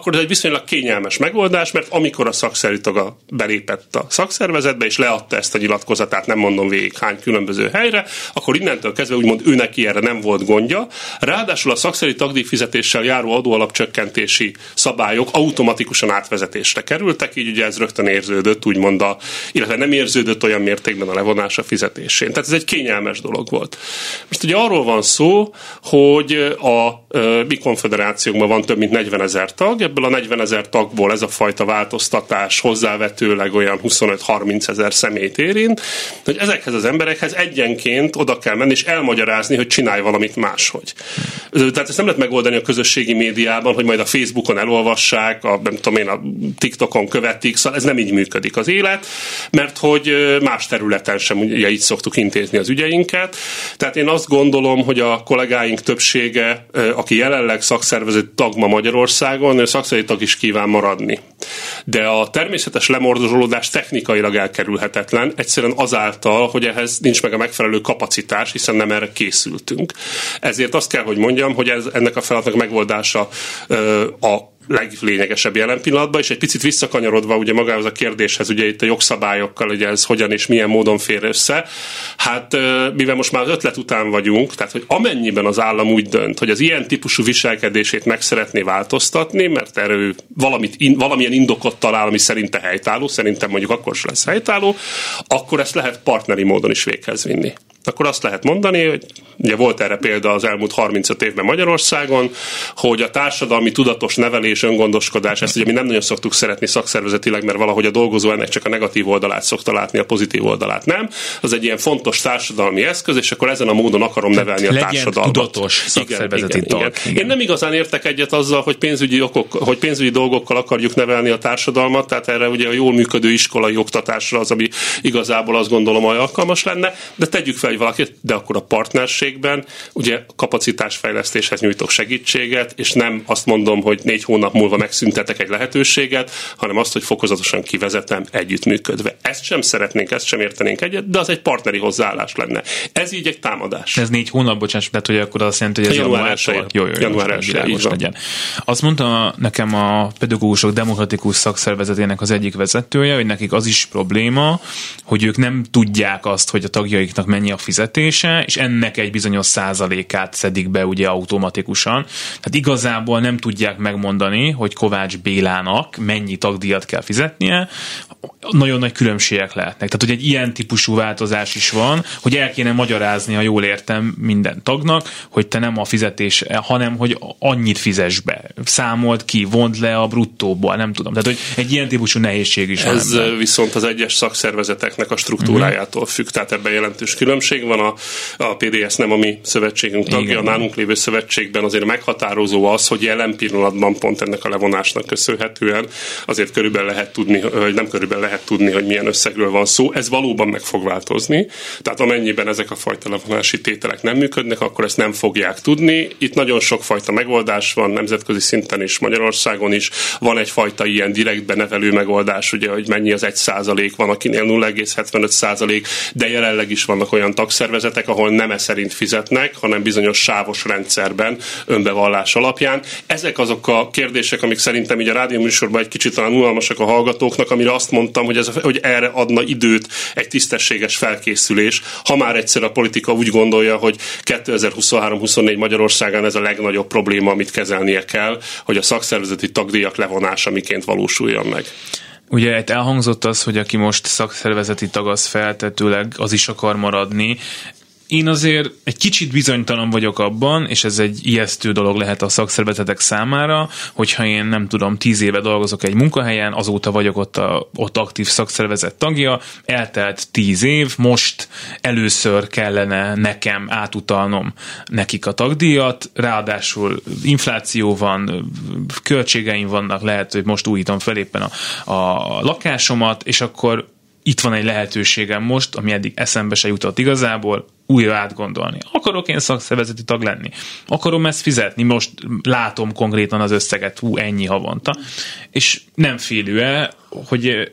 viszonylag kényelmes megoldás, mert amikor a szakszerű tag belépett a szakszervezetbe, és leadta ezt a nyilatkozatát, nem mondom végig hány különböző helyre, akkor innentől kezdve úgymond ő neki erre nem volt gondja. Ráadásul a szakszerű tagdíjfizetéssel járó adóalapcsökkentési szabályok automatikusan átvezetésre kerültek, így ugye ez rögtön érződött, úgymond a, illetve nem érződött olyan mértékben a levonás a fizetésén. Tehát ez egy kényelmes dolog volt. Most ugye arról van szó, hogy a mi konfederációkban van több mint negyvenezer tag, ebből a negyvenezer tagból ez a fajta változtatás hozzávetőleg olyan huszonöt-harminc ezer személyt érint, hogy ezekhez az emberekhez egyenként oda kell menni és elmagyarázni, hogy csinálj valamit máshogy. Tehát ezt nem lehet megoldani a közösségi médiában, hogy majd a Facebookon elolvassák, a, nem tudom én, a TikTokon követik, szóval ez nem így működik az élet, mert hogy más területen sem ugye így szoktuk intézni az ügyeinket. Tehát én azt gondolom, hogy a kollégáink többsége, aki jelenleg szakszervezeti tag ma Magyarországon, ő szakszervezeti tag is kíván maradni. De a természetes lemorzsolódás technikailag elkerülhetetlen, egyszerűen azáltal, hogy ehhez nincs meg a megfelelő kapacitás, hiszen nem erre készültünk. Ezért azt kell, hogy mondjam, hogy ez, ennek a feladatnak megoldása ö, a leglényegesebb jelen pillanatban, és egy picit visszakanyarodva ugye magához a kérdéshez, ugye itt a jogszabályokkal, ugye ez hogyan és milyen módon fér össze. Hát mivel most már az ötlet után vagyunk, tehát hogy amennyiben az állam úgy dönt, hogy az ilyen típusú viselkedését meg szeretné változtatni, mert erre ő valamit, in, valamilyen indokot talál, ami szerinte helytálló, szerintem mondjuk akkor is lesz helytálló, akkor ezt lehet partneri módon is véghez vinni. Akkor azt lehet mondani, hogy ugye volt erre példa az elmúlt harmincöt évben Magyarországon, hogy a társadalmi tudatos nevelés, öngondoskodás, ezt ugye mi nem nagyon szoktuk szeretni szakszervezetileg, mert valahogy a dolgozó ennek csak a negatív oldalát szokta látni, a pozitív oldalát nem. Az egy ilyen fontos társadalmi eszköz, és akkor ezen a módon akarom nevelni a társadalmat. Tudatos szakszervezeti igen, tag. Igen, igen. Én nem igazán értek egyet azzal, hogy pénzügyi, okok, hogy pénzügyi dolgokkal akarjuk nevelni a társadalmat, tehát erre ugye a jól működő iskolai oktatásra az, ami igazából azt gondolom, hogy alkalmas lenne, de tegyük fel, hogy valakit, de akkor a partnerségben ugye kapacitásfejlesztéshez nyújtok segítséget, és nem azt mondom, hogy négy hónap múlva megszüntetek egy lehetőséget, hanem azt, hogy fokozatosan kivezetem együttműködve. Ezt sem szeretnénk, ezt sem értenénk egyet, de az egy partneri hozzáállás lenne. Ez így egy támadás. Ez négy hónap, bocsánat, tehát hogy akkor azt jelenti, hogy ez január elsején. Jó, jó, jó, január elsején legyen. Azt mondta nekem a pedagógusok demokratikus szakszervezetének az egyik vezetője, hogy nekik az is probléma, hogy ők nem tudják azt, hogy a tagjaiknak mennyi a fizetése, és ennek egy bizonyos százalékát szedik be ugye automatikusan. Tehát igazából nem tudják megmondani, hogy Kovács Bélának mennyi tagdíjat kell fizetnie. Nagyon nagy különbségek lehetnek. Tehát, hogy egy ilyen típusú változás is van, hogy el kéne magyarázni, ha jól értem, minden tagnak, hogy te nem a fizetés, hanem hogy annyit fizess be. Számold ki, vond le a bruttóból, nem tudom. Tehát, hogy egy ilyen típusú nehézség is van. Ez ebben. Viszont az egyes szakszervezeteknek a struktúrájától függ, tehát ebben jelentős különbség van. A, a pé dé es nem a mi szövetségünk tagja, igen. A nálunk lévő szövetségben azért meghatározó az, hogy jelen pillanatban pont ennek a levonásnak köszönhetően azért körülbelül lehet tudni, hogy nem körülbelül lehet tudni, hogy milyen összegről van szó. Ez valóban meg fog változni. Tehát amennyiben ezek a fajta levonási tételek nem működnek, akkor ezt nem fogják tudni. Itt nagyon sokfajta megoldás van, nemzetközi szinten is, Magyarországon is. Van egyfajta ilyen direktbe nevelő megoldás, ugye, hogy mennyi az egy százalék, van akinél nulla egész hetvenöt százalék, de jelenleg is vannak olyan tagszervezetek, ahol nem e szerint fizetnek, hanem bizonyos sávos rendszerben, önbevallás alapján. Ezek azok a kérdések, amik szerintem így a rádióműsorban egy kicsit talán unalmasak a hallgatóknak, amire azt mondtam, hogy, ez, hogy erre adna időt egy tisztességes felkészülés, ha már egyszer a politika úgy gondolja, hogy kétezer-huszonhárom huszonnégy Magyarországon ez a legnagyobb probléma, amit kezelnie kell, hogy a szakszervezeti tagdíjak levonása miként valósuljon meg. Ugye itt elhangzott az, hogy aki most szakszervezeti tag, az feltetőleg az is akar maradni. Én azért egy kicsit bizonytalan vagyok abban, és ez egy ijesztő dolog lehet a szakszervezetek számára, hogyha én nem tudom, tíz éve dolgozok egy munkahelyen, azóta vagyok ott, a, ott aktív szakszervezet tagja, eltelt tíz év, most először kellene nekem átutalnom nekik a tagdíjat, ráadásul infláció van, költségeim vannak, lehet, hogy most újítom fel éppen a, a lakásomat, és akkor itt van egy lehetőségem most, ami eddig eszembe se jutott igazából, újra átgondolni. Akarok én szakszervezeti tag lenni? Akarom ezt fizetni? Most látom konkrétan az összeget, hú, ennyi havonta. És nem félő-e, hogy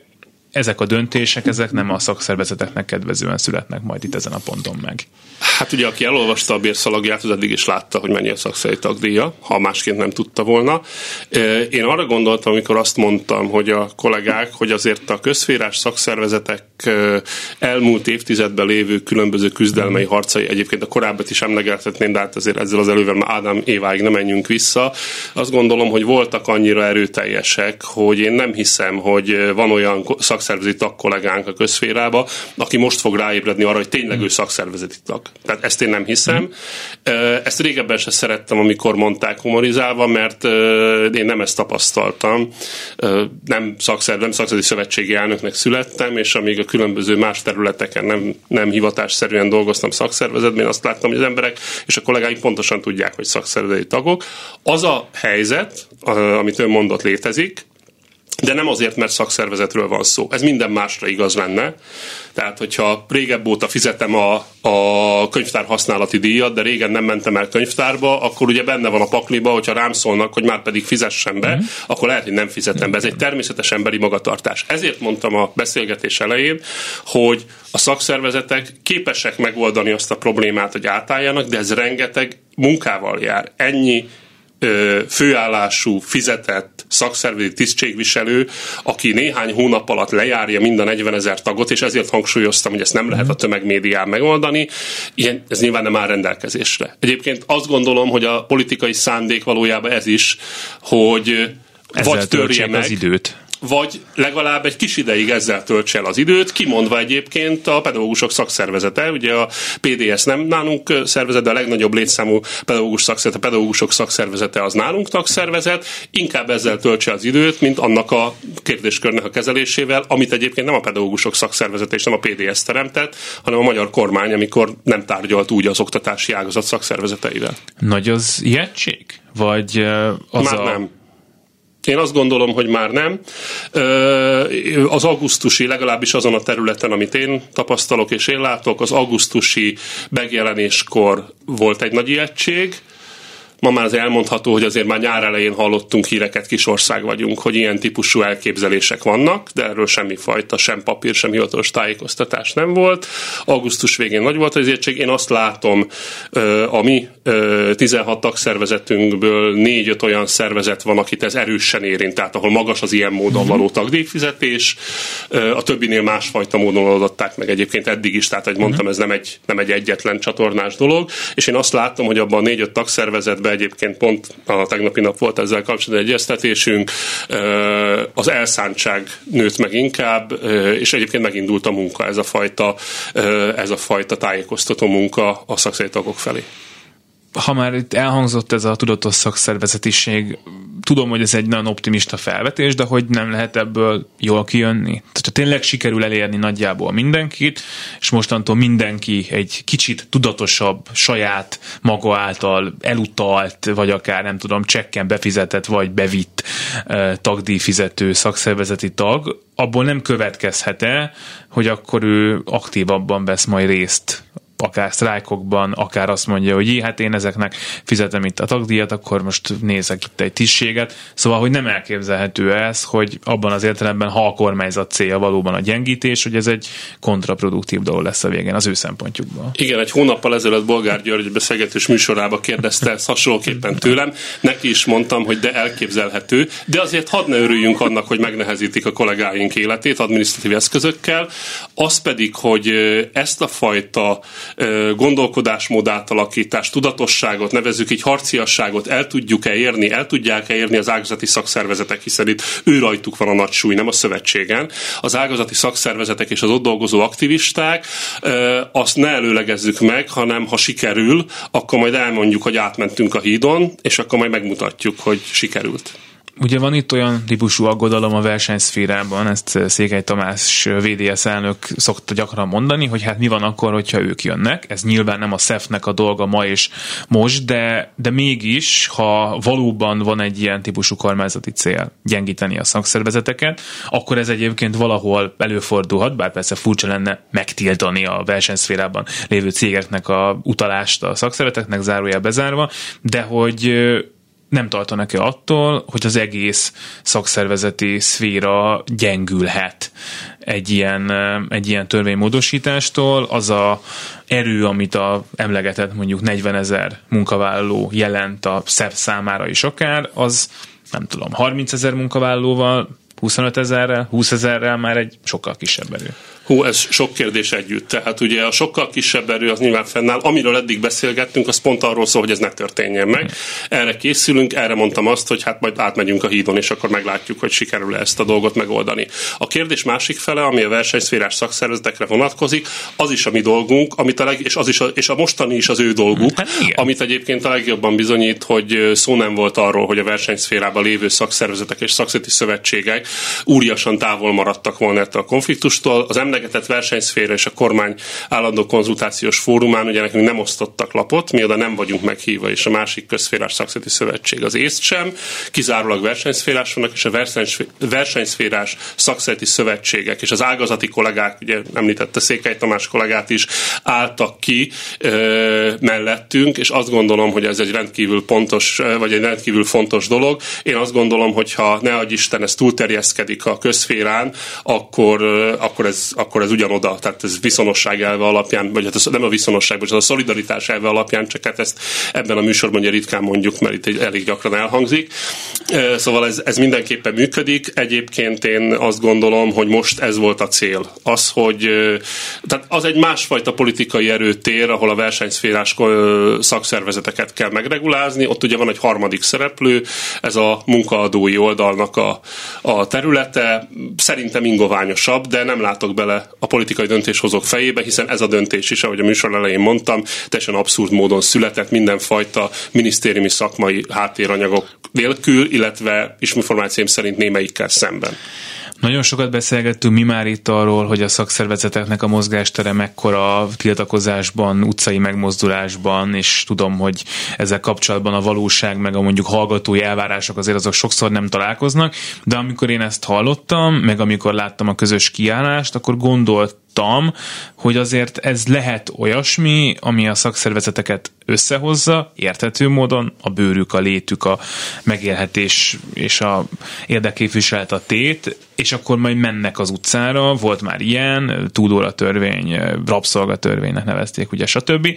ezek a döntések, ezek nem a szakszervezeteknek kedvezően születnek majd itt ezen a ponton meg. Hát ugye, aki elolvasta a bérszalagját, az eddig is látta, hogy mennyi a szakszervezeti tagdíja, ha másként nem tudta volna. Én arra gondoltam, amikor azt mondtam, hogy a kollégák, hogy azért a közszférás szakszervezetek elmúlt évtizedben lévő különböző küzdelmei, harcai, egyébként a korábbat is emlegethetném, de hát azért ezzel az elővel már Ádám Éváig nem menjünk vissza. Azt gondolom, hogy voltak annyira erőteljesek, hogy én nem hiszem, hogy van olyan szakszervezeti tag kollégánk a közszférába, aki most fog ráébredni arra, hogy tényleg ő szakszervezeti tag. Tehát ezt én nem hiszem. Ezt régebben se szerettem, amikor mondták humorizálva, mert én nem ezt tapasztaltam. Nem, szakszerv, nem szakszervezeti szövetségi elnöknek születtem, és amíg a különböző más területeken nem, nem hivatásszerűen dolgoztam szakszervezetben, én azt láttam, hogy az emberek és a kollégáink pontosan tudják, hogy szakszervezeti tagok. Az a helyzet, amit ön mondott, létezik, de nem azért, mert szakszervezetről van szó. Ez minden másra igaz lenne. Tehát, hogyha régebb óta fizetem a, a könyvtár használati díjat, de régen nem mentem el könyvtárba, akkor ugye benne van a pakliba, hogyha rám szólnak, hogy már pedig fizessen be, mm. akkor lehet, hogy nem fizetem be. Ez egy természetes emberi magatartás. Ezért mondtam a beszélgetés elején, hogy a szakszervezetek képesek megoldani azt a problémát, hogy átálljanak, de ez rengeteg munkával jár. Ennyi főállású, fizetett szakszervezeti tisztségviselő, aki néhány hónap alatt lejárja mind a negyvenezer tagot, és ezért hangsúlyoztam, hogy ezt nem lehet a tömegmédián megoldani. Ilyen, ez nyilván nem áll rendelkezésre. Egyébként azt gondolom, hogy a politikai szándék valójában ez is, hogy ezzel vagy törje meg az időt, vagy legalább egy kis ideig ezzel töltse el az időt, kimondva egyébként a pedagógusok szakszervezete. Ugye a pé dé es nem nálunk szervezet, de a legnagyobb létszámú pedagógus szakszervezet, a pedagógusok szakszervezete az nálunk tagszervezet, inkább ezzel töltse az időt, mint annak a kérdéskörnek a kezelésével, amit egyébként nem a pedagógusok szakszervezete és nem a pé dé es teremtett, hanem a magyar kormány, amikor nem tárgyalt úgy az oktatási ágazat szakszervezeteivel. Nagy az ijegység? Vagy az Már a... nem. Én azt gondolom, hogy már nem. Az augusztusi, legalábbis azon a területen, amit én tapasztalok és én látok, az augusztusi megjelenéskor volt egy nagy ijegység. Ma már az elmondható, hogy azért már nyár elején hallottunk híreket, kis ország vagyunk, hogy ilyen típusú elképzelések vannak, de erről semmifajta, sem papír, sem hivatalos tájékoztatás nem volt. Augusztus végén nagy volt az ijegység. Én azt látom, a mi tizenhat tagszervezetünkből négy-öt olyan szervezet van, akit ez erősen érint, tehát ahol magas az ilyen módon való tagdíjfizetés. A többinél másfajta módon oldották meg egyébként eddig is, tehát, ahogy mondtam, ez nem egy, nem egy egyetlen csatornás dolog, és én azt látom, hogy abban a négy-öt tagszervezetben egyébként pont a tegnapi nap volt ezzel kapcsolatban egyeztetésünk, az elszántság nőtt meg inkább, és egyébként megindult a munka, ez a fajta, ez a fajta tájékoztató munka a szakszervezeti tagok felé. Ha már itt elhangzott ez a tudatos szakszervezetiség, tudom, hogy ez egy nagyon optimista felvetés, de hogy nem lehet ebből jól kijönni? Tehát ha tényleg sikerül elérni nagyjából mindenkit, és mostantól mindenki egy kicsit tudatosabb, saját maga által elutalt, vagy akár nem tudom, csekken befizetett, vagy bevitt eh, tagdíjfizető szakszervezeti tag, abból nem következhet-e, hogy akkor ő aktívabban vesz majd részt akár sztrájkokban, akár azt mondja, hogy jé, hát én ezeknek fizetem itt a tagdíjat, akkor most nézek itt egy tisztséget. Szóval, hogy nem elképzelhető ez, hogy abban az értelemben, ha a kormányzat célja valóban a gyengítés, hogy ez egy kontraproduktív dolog lesz a végén az ő szempontjukban. Igen, egy hónappal ezelőtt Bolgár György beszélgetős műsorába kérdezte ezt hasonlóképpen tőlem. Neki is mondtam, hogy de elképzelhető, de azért hadd ne örüljünk annak, hogy megnehezítik a kollégáink életét adminisztratív eszközökkel. Az pedig, hogy ezt a fajta gondolkodásmód átalakítás, tudatosságot, nevezzük így harciasságot el tudjuk-e érni, el tudják-e érni az ágazati szakszervezetek, hiszen itt ő rajtuk van a nagy súly, nem a szövetségen. Az ágazati szakszervezetek és az ott dolgozó aktivisták, azt ne előlegezzük meg, hanem ha sikerül, akkor majd elmondjuk, hogy átmentünk a hídon, és akkor majd megmutatjuk, hogy sikerült. Ugye van itt olyan típusú aggodalom a versenyszférában, ezt Székely Tamás vé dé es elnök szokta gyakran mondani, hogy hát mi van akkor, hogyha ők jönnek. Ez nyilván nem a szefnek a dolga ma és most, de, de mégis, ha valóban van egy ilyen típusú kormányzati cél gyengíteni a szakszervezeteket, akkor ez egyébként valahol előfordulhat, bár persze furcsa lenne megtiltani a versenyszférában lévő cégeknek a utalást a szakszervezeteknek, zárójel bezárva, de hogy nem tartanak-e attól, hogy az egész szakszervezeti szféra gyengülhet egy ilyen, egy ilyen törvénymódosítástól. Az a erő, amit a emlegetett mondjuk negyvenezer munkavállaló jelent a SZEV számára is akár, az nem tudom, harmincezer munkavállalóval, huszonötezerrel, húszezerrel már egy sokkal kisebb erő. Hú, ez sok kérdés együtt. Tehát ugye a sokkal kisebb erő az nyilván fennáll. Amiről eddig beszélgettünk, az pont arról szól, hogy ez ne történjen meg. Erre készülünk, erre mondtam azt, hogy hát majd átmegyünk a hídon, és akkor meglátjuk, hogy sikerül ezt a dolgot megoldani. A kérdés másik fele, ami a versenyszférás szakszervezetekre vonatkozik, az is a mi dolgunk, amit a leg, és, az is a, és a mostani is az ő dolguk, hát amit egyébként a legjobban bizonyít, hogy szó nem volt arról, hogy a versenyszférában lévő szakszervezetek és szakszervezeti szövetségek úriasan távol maradtak volna ettől a konfliktustól. Az emlegetett versenyszféra és a kormány állandó konzultációs fórumán ugye nekünk nem osztottak lapot, mi oda nem vagyunk meghívva, és a másik közszférás szakszervezeti szövetség az észt sem, kizárólag versenyszférás vannak, és a versenyszférás szakszervezeti szövetségek és az ágazati kollégák, ugye említette Székely Tamás kollégát is, álltak ki ö, mellettünk, és azt gondolom, hogy ez egy rendkívül pontos, vagy egy rendkívül fontos dolog. Én azt gondolom, hogy ha ne adj Isten, ez túlterjeszkedik a közszférán, akkor, akkor, ez, akkor ez ugyanoda, tehát ez viszonosság elve alapján, vagy hát ez nem a viszonosság, vagy a szolidaritás elve alapján, csak hát ezt ebben a műsorban ugye ritkán mondjuk, mert itt elég gyakran elhangzik. Szóval ez, ez mindenképpen működik. Egyébként én azt gondolom, hogy most ez volt a cél. Az, hogy tehát az egy másfajta politikai erőtér, ahol a versenyszférás szakszervezeteket kell megregulázni. Ott ugye van egy harmadik szereplő, ez a munkaadói oldalnak a, a területe. Szerintem ingoványosabb, de nem látok bele a politikai döntéshozók fejébe, hiszen ez a döntés is, ahogy a műsor elején mondtam, teljesen abszurd módon született mindenfajta minisztériumi szakmai háttéranyagok nélkül, illetve információim szerint némelyikkel szemben. Nagyon sokat beszélgettünk mi már itt arról, hogy a szakszervezeteknek a mozgástere mekkora tiltakozásban, utcai megmozdulásban, és tudom, hogy ezzel kapcsolatban a valóság meg a mondjuk hallgatói elvárások azért azok sokszor nem találkoznak, de amikor én ezt hallottam, meg amikor láttam a közös kiállást, akkor gondoltam, hogy azért ez lehet olyasmi, ami a szakszervezeteket összehozza, érthető módon, a bőrük, a létük, a megélhetés és a érdekképviselet a tét, és akkor majd mennek az utcára, volt már ilyen, túlóratörvény, rabszolgatörvénynek nevezték, ugye, stb.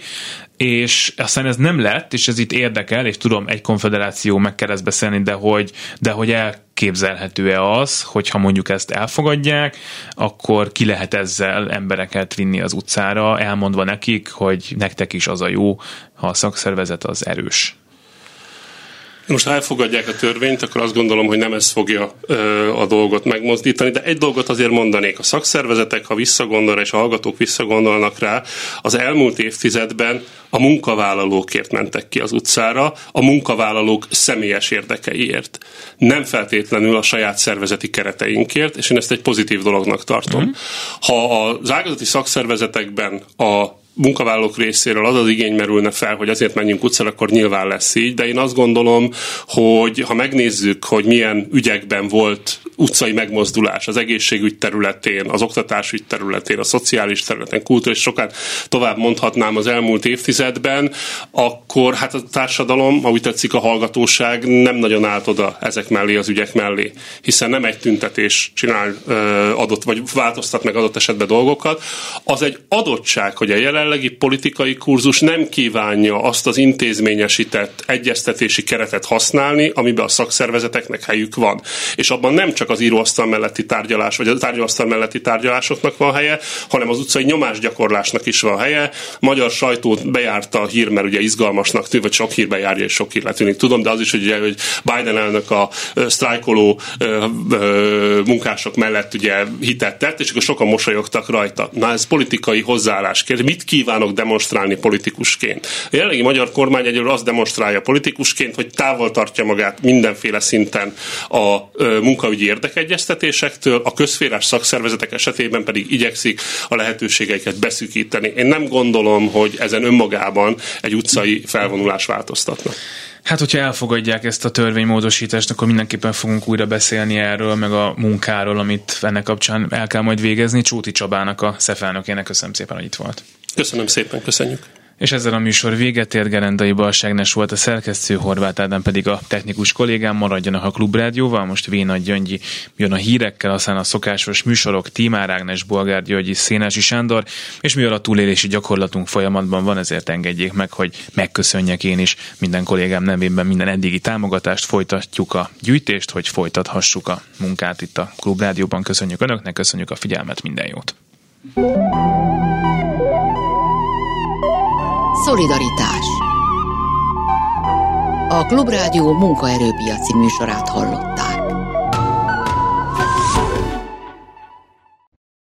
És aztán ez nem lett, és ez itt érdekel, és tudom, egy konfederáció meg kell ezt beszélni, de hogy, de hogy elképzelhető-e az, hogyha mondjuk ezt elfogadják, akkor ki lehet ezzel embereket vinni az utcára, elmondva nekik, hogy nektek is az a jó, ha a szakszervezet az erős. Most ha elfogadják a törvényt, akkor azt gondolom, hogy nem ez fogja ö, a dolgot megmozdítani, de egy dolgot azért mondanék. A szakszervezetek, ha visszagondolnak, és a hallgatók visszagondolnak rá, az elmúlt évtizedben a munkavállalókért mentek ki az utcára, a munkavállalók személyes érdekeiért. Nem feltétlenül a saját szervezeti kereteinkért, és én ezt egy pozitív dolognak tartom. Mm. Ha az ágazati szakszervezetekben a munkavállalók részéről az az igény merülne fel, hogy azért menjünk utcára, akkor nyilván lesz így, de én azt gondolom, hogy ha megnézzük, hogy milyen ügyekben volt utcai megmozdulás az egészségügy területén, az oktatásügy területén, a szociális területen, kultúra, és sokat tovább mondhatnám az elmúlt évtizedben, akkor hát a társadalom, ha úgy tetszik a hallgatóság, nem nagyon állt oda ezek mellé, az ügyek mellé, hiszen nem egy tüntetés csinál adott, vagy változtat meg adott esetben dolgokat. Az egy adottság, hogy a jelen jelenlegi politikai kurzus nem kívánja azt az intézményesített egyeztetési keretet használni, amiben a szakszervezeteknek helyük van. És abban nem csak az íróasztal melletti tárgyalás, vagy a tárgyalóasztal melletti tárgyalásoknak van helye, hanem az utcai nyomásgyakorlásnak is van helye. Magyar sajtót bejárta a hír, mert ugye izgalmasnak tűnik, vagy sok hírbe járja, és sok hír letűnik. Tudom, de az is, hogy, ugye, hogy Biden elnök a sztrájkoló munkások mellett ugye hitet tett, és akkor sokan mosolyogtak rajta. Na, ez politikai hozzáállás kérdés. Mit kívánok demonstrálni politikusként? A jelenlegi magyar kormány egyről azt demonstrálja politikusként, hogy távol tartja magát mindenféle szinten a munkaügyi érdekegyeztetésektől, a közszférás szakszervezetek esetében pedig igyekszik a lehetőségeiket beszűkíteni. Én nem gondolom, hogy ezen önmagában egy utcai felvonulás változtatna. Hát, hogyha elfogadják ezt a törvénymódosítást, akkor mindenképpen fogunk újra beszélni erről, meg a munkáról, amit ennek kapcsán el kell majd végezni. Csóti Csabának, a SZEF elnökének köszönöm szépen, hogy itt volt. Köszönöm szépen, köszönjük. És ezzel a műsor véget ért. Gerendai Balságnes volt a szerkesztő, Horváth Ádám pedig a technikus kollégám. Maradjanak a Klubrádióval, most Vénagy Gyöngyi jön a hírekkel, aztán a szokásos műsorok, Tímár Ágnes, Bolgár Györgyi, Szénási Sándor, és mivel a túlélési gyakorlatunk folyamatban van, ezért engedjék meg, hogy megköszönjek én is minden kollégám nevében minden eddigi támogatást, folytatjuk a gyűjtést, hogy folytathassuk a munkát itt a Klubrádióban. Köszönjük Önöknek, köszönjük a figyelmet, minden jót! Szolidaritás. A Klubrádió munkaerőpiaci műsorát hallott.